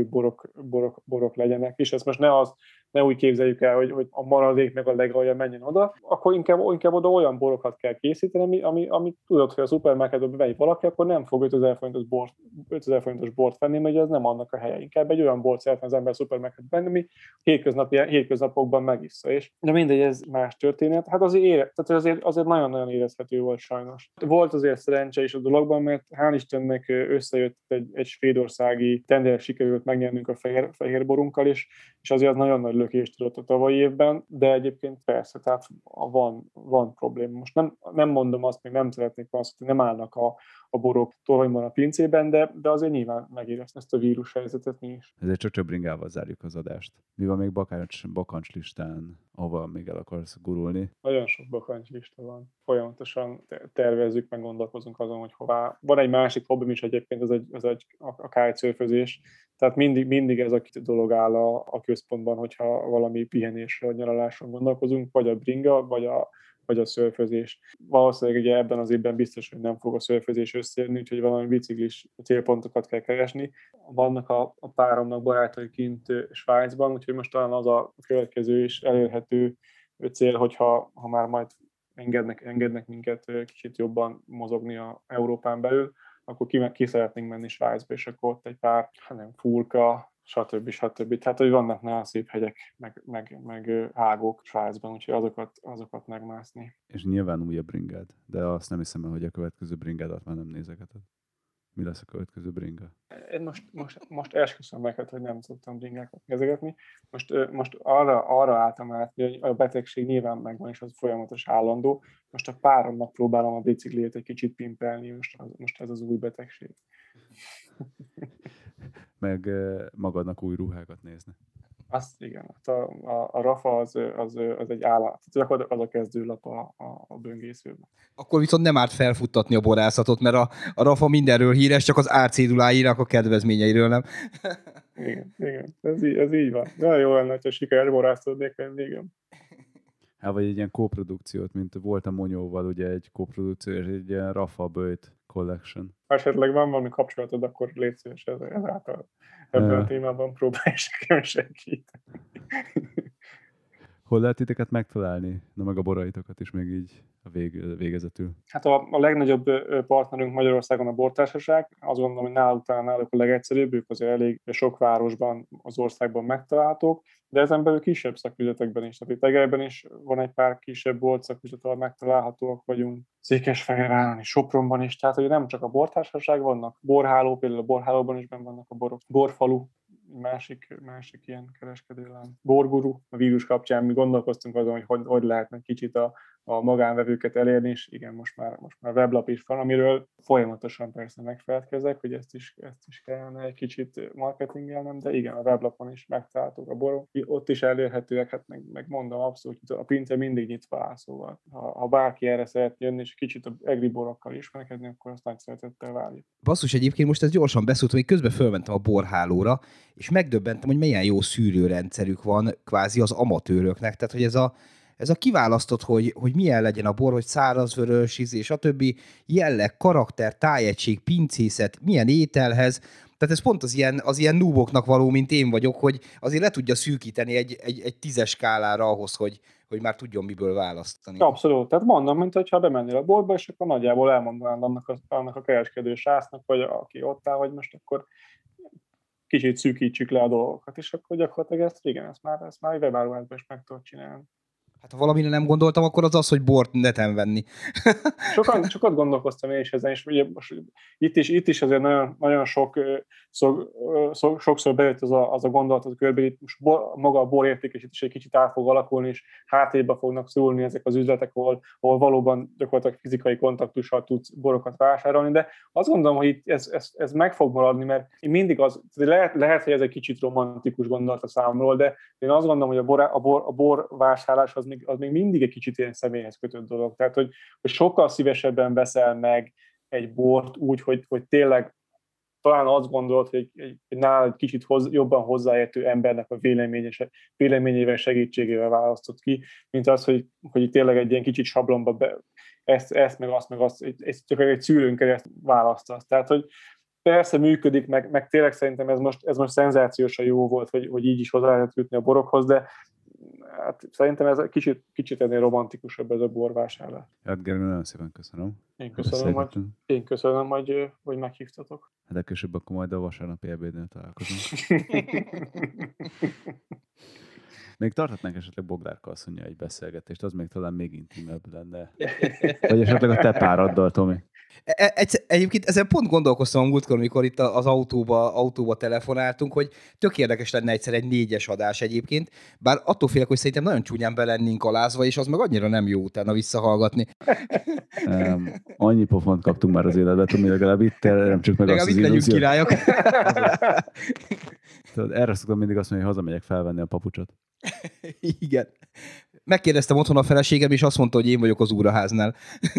borok legyenek, és ezt most ne úgy képzeljük el, hogy a maradék meg a legalja menjen oda, akkor inkább oda olyan borokat kell készíteni, ami tudod, hogy a szupermarketben bemegy valaki, akkor nem fog 5000 forintos bort venni, mert ez nem annak a helye. Inkább egy olyan bort szeretne az ember a szupermarketben venni, ami hétköznapokban megissza is. De mindegy, ez más történet. Hát azért nagyon-nagyon érezhető volt sajnos. Volt azért szerencse is a dologban, mert hál' Istennek összejött egy svédországi tender, sikerült megnyernünk a fehér borunkkal, és azért az nagyon nagy lökést tudott a tavalyi évben, de egyébként persze, tehát van probléma. Most nem mondom azt, még nem szeretnék azt, hogy nem állnak a borok toronyban a pincében, de azért nyilván megérezni ezt a vírus helyzetet mi is. Ezért csak csöbringával zárjuk az adást. Mi van még bakancs listán, ahova még el akarsz gurulni? Nagyon sok bakancs lista van. Folyamatosan tervezzük, meg gondolkozunk azon, hogy hová. Van egy másik hobbim is egyébként, az a kitesurfözés. Tehát mindig ez a két dolog áll a központban, hogyha valami pihenésre, vagy nyaraláson gondolkozunk, vagy a bringa, vagy a szörfözés. Valószínűleg ugye ebben az évben biztos, hogy nem fog a szörfözés összejönni, úgyhogy valami biciklis célpontokat kell keresni. Vannak a páromnak barátai kint Svájcban, úgyhogy most talán az a következő és elérhető cél, hogyha már majd engednek minket kicsit jobban mozogni a Európán belül, akkor ki szeretnénk menni Svájcba, és akkor ott egy pár, Furka, stb. Tehát, hogy vannak nála szép hegyek, meg hágók Svájcban, úgyhogy azokat megmászni. És nyilván újabb bringád, de azt nem hiszem el, hogy a következő bringádat már nem nézegeted. Mi lesz a következő bringa? Én most esküszöm neked, hogy nem szoktam bringákat nézegetni. Most arra álltam át, hogy a betegség nyilván megvan, és az folyamatos állandó. Most a páromnak próbálom a biciklét egy kicsit pimpelni, most ez az új betegség. Meg magadnak új ruhákat nézni. Azt igen, a Rafa az egy állat, az a kezdőlap a böngészőben. Akkor viszont nem árt felfuttatni a borászatot, mert a Rafa mindenről híres, csak az árcéduláinak a kedvezményeiről nem. Igen, ez így van. Nagyon jó lenne, ha sikeres borászodnék lenni, igen. Hát vagy egy ilyen kóprodukciót, mint volt a Monyóval, ugye egy kóprodukció, és egy ilyen Rafa Böjt Collection. Ha esetleg van valami kapcsolatod, akkor légy szíves ezáltal ebben a témában próbálj nekem segíteni. Hol lehet titeket megtalálni? Na meg a boraitokat is még így a végezetül. Hát a legnagyobb partnerünk Magyarországon a Bortársaság. Azt gondolom, hogy náluk a legegyszerűbb, ők azért elég sok városban az országban megtalálhatók, de ezen belül kisebb szaküzletekben is. Tehát itt Egerben is van egy pár kisebb bort szaküzlet, ahol megtalálhatók vagyunk. Székesfehérváron és Sopronban is. Tehát, hogy nem csak a Bortársaság, vannak borháló, például a borhálóban is benn vannak a borok. Borfalu, másik ilyen kereskedőlán. Borguru, a vírus kapcsán mi gondolkoztunk azon, hogy lehetne kicsit a a magánvevőket elérni, és igen, most már weblap is van, amiről folyamatosan persze megfeledkezek, hogy ezt is kellene egy kicsit marketingelnem, de igen, a weblapon is megtaláltuk a borok, ott is elérhetőek, hát meg mondom abszolút, a pince mindig nyitva áll, szóval ha bárki erre szeret jönni, és kicsit a egri borokkal ismerkedni, akkor azt nagy szeretettel várjuk. Basszus, egyébként most ez gyorsan beszóltam, hogy közben fölmentem a borhálóra, és megdöbbentem, hogy milyen jó szűrőrendszerük van kvázi az amatőröknek, tehát hogy ez a kiválasztott, hogy milyen legyen a bor, hogy szárazvörös, és a többi jelleg, karakter, tájegység, pincészet, milyen ételhez. Tehát ez pont az ilyen núboknak való, mint én vagyok, hogy azért le tudja szűkíteni egy 10-es skálára ahhoz, hogy már tudjon miből választani. Abszolút. Tehát mondom, mint hogyha bemennél a boltba, és akkor nagyjából elmondanád annak a kereskedő srácnak, vagy aki ott áll, hogy most akkor kicsit szűkítsük le a dolgokat, és akkor gyakorlatilag ezt már webáruházban is meg tudod csinálni. Hát ha valamire nem gondoltam, akkor az, hogy bort neten venni. Sokat gondolkoztam én is ezen, és ugye itt is azért nagyon sokszor bejött az a gondolat a körbe, itt most maga a borértékesítés egy kicsit át fog alakulni, és háttérbe fognak szólni ezek az üzletek, ahol valóban gyakorlatilag fizikai kontaktussal tudsz borokat vásárolni, de azt gondolom, hogy itt ez meg fog maradni, mert mindig lehet, hogy ez egy kicsit romantikus gondolat a számomról, de én azt gondolom, hogy a bor vásárlás az még mindig egy kicsit ilyen személyhez kötött dolog. Tehát, hogy sokkal szívesebben veszel meg egy bort úgy, hogy tényleg talán azt gondolod, hogy nálad egy kicsit jobban hozzáértő embernek a véleményével, segítségével választod ki, mint az, hogy tényleg egy ilyen kicsit sablonba ezt meg azt, csak egy szűrőn keresztül választasz. Tehát, hogy persze működik, meg tényleg szerintem ez most szenzációsan jó volt, hogy így is hozzá lehet jutni a borokhoz, de hát szerintem ez kicsit ennél romantikusabb ez a borvásárlás. Hát Gergő, nagyon szépen köszönöm. Én köszönöm, hogy meghívtatok. Hát legkésőbb akkor majd a vasárnapi ebédnél találkozunk. Még tarthatnánk esetleg Boglárka asszonnyal egy beszélgetést, az még talán még intimebb lenne. Vagy esetleg a te páraddal, Tomi. Egyébként ezen pont gondolkoztam a múltkor, amikor itt az autóba telefonáltunk, hogy tök érdekes lenne egyszer egy 4-es adás egyébként, bár attól félek, hogy szerintem nagyon csúnyán be lennénk alázva, és az meg annyira nem jó utána visszahallgatni. Annyi pofont kaptunk már az életben, Tomi, legalább itt teremtsük meg azt az illúziót. Királyok. Erre szoktam mindig azt mondani, hogy hazamegyek felvenni a papucsot. Igen. Megkérdeztem otthon a feleségem, és azt mondta, hogy én vagyok az úraháznál.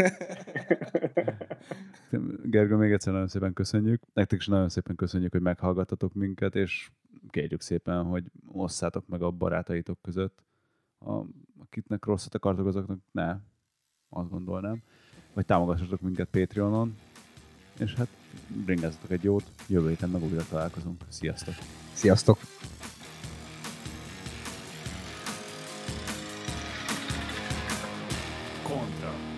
Gergő, még egyszer nagyon szépen köszönjük. Nektek is nagyon szépen köszönjük, hogy meghallgattatok minket, és kérjük szépen, hogy osszátok meg a barátaitok között. Akiknek rosszat akartok, azoknak ne, azt gondolnám. Vagy támogassatok minket Patreonon, és hát bringázzatok egy jót. Jövő héten meg újra találkozunk. Sziasztok! Sziasztok! Kontra.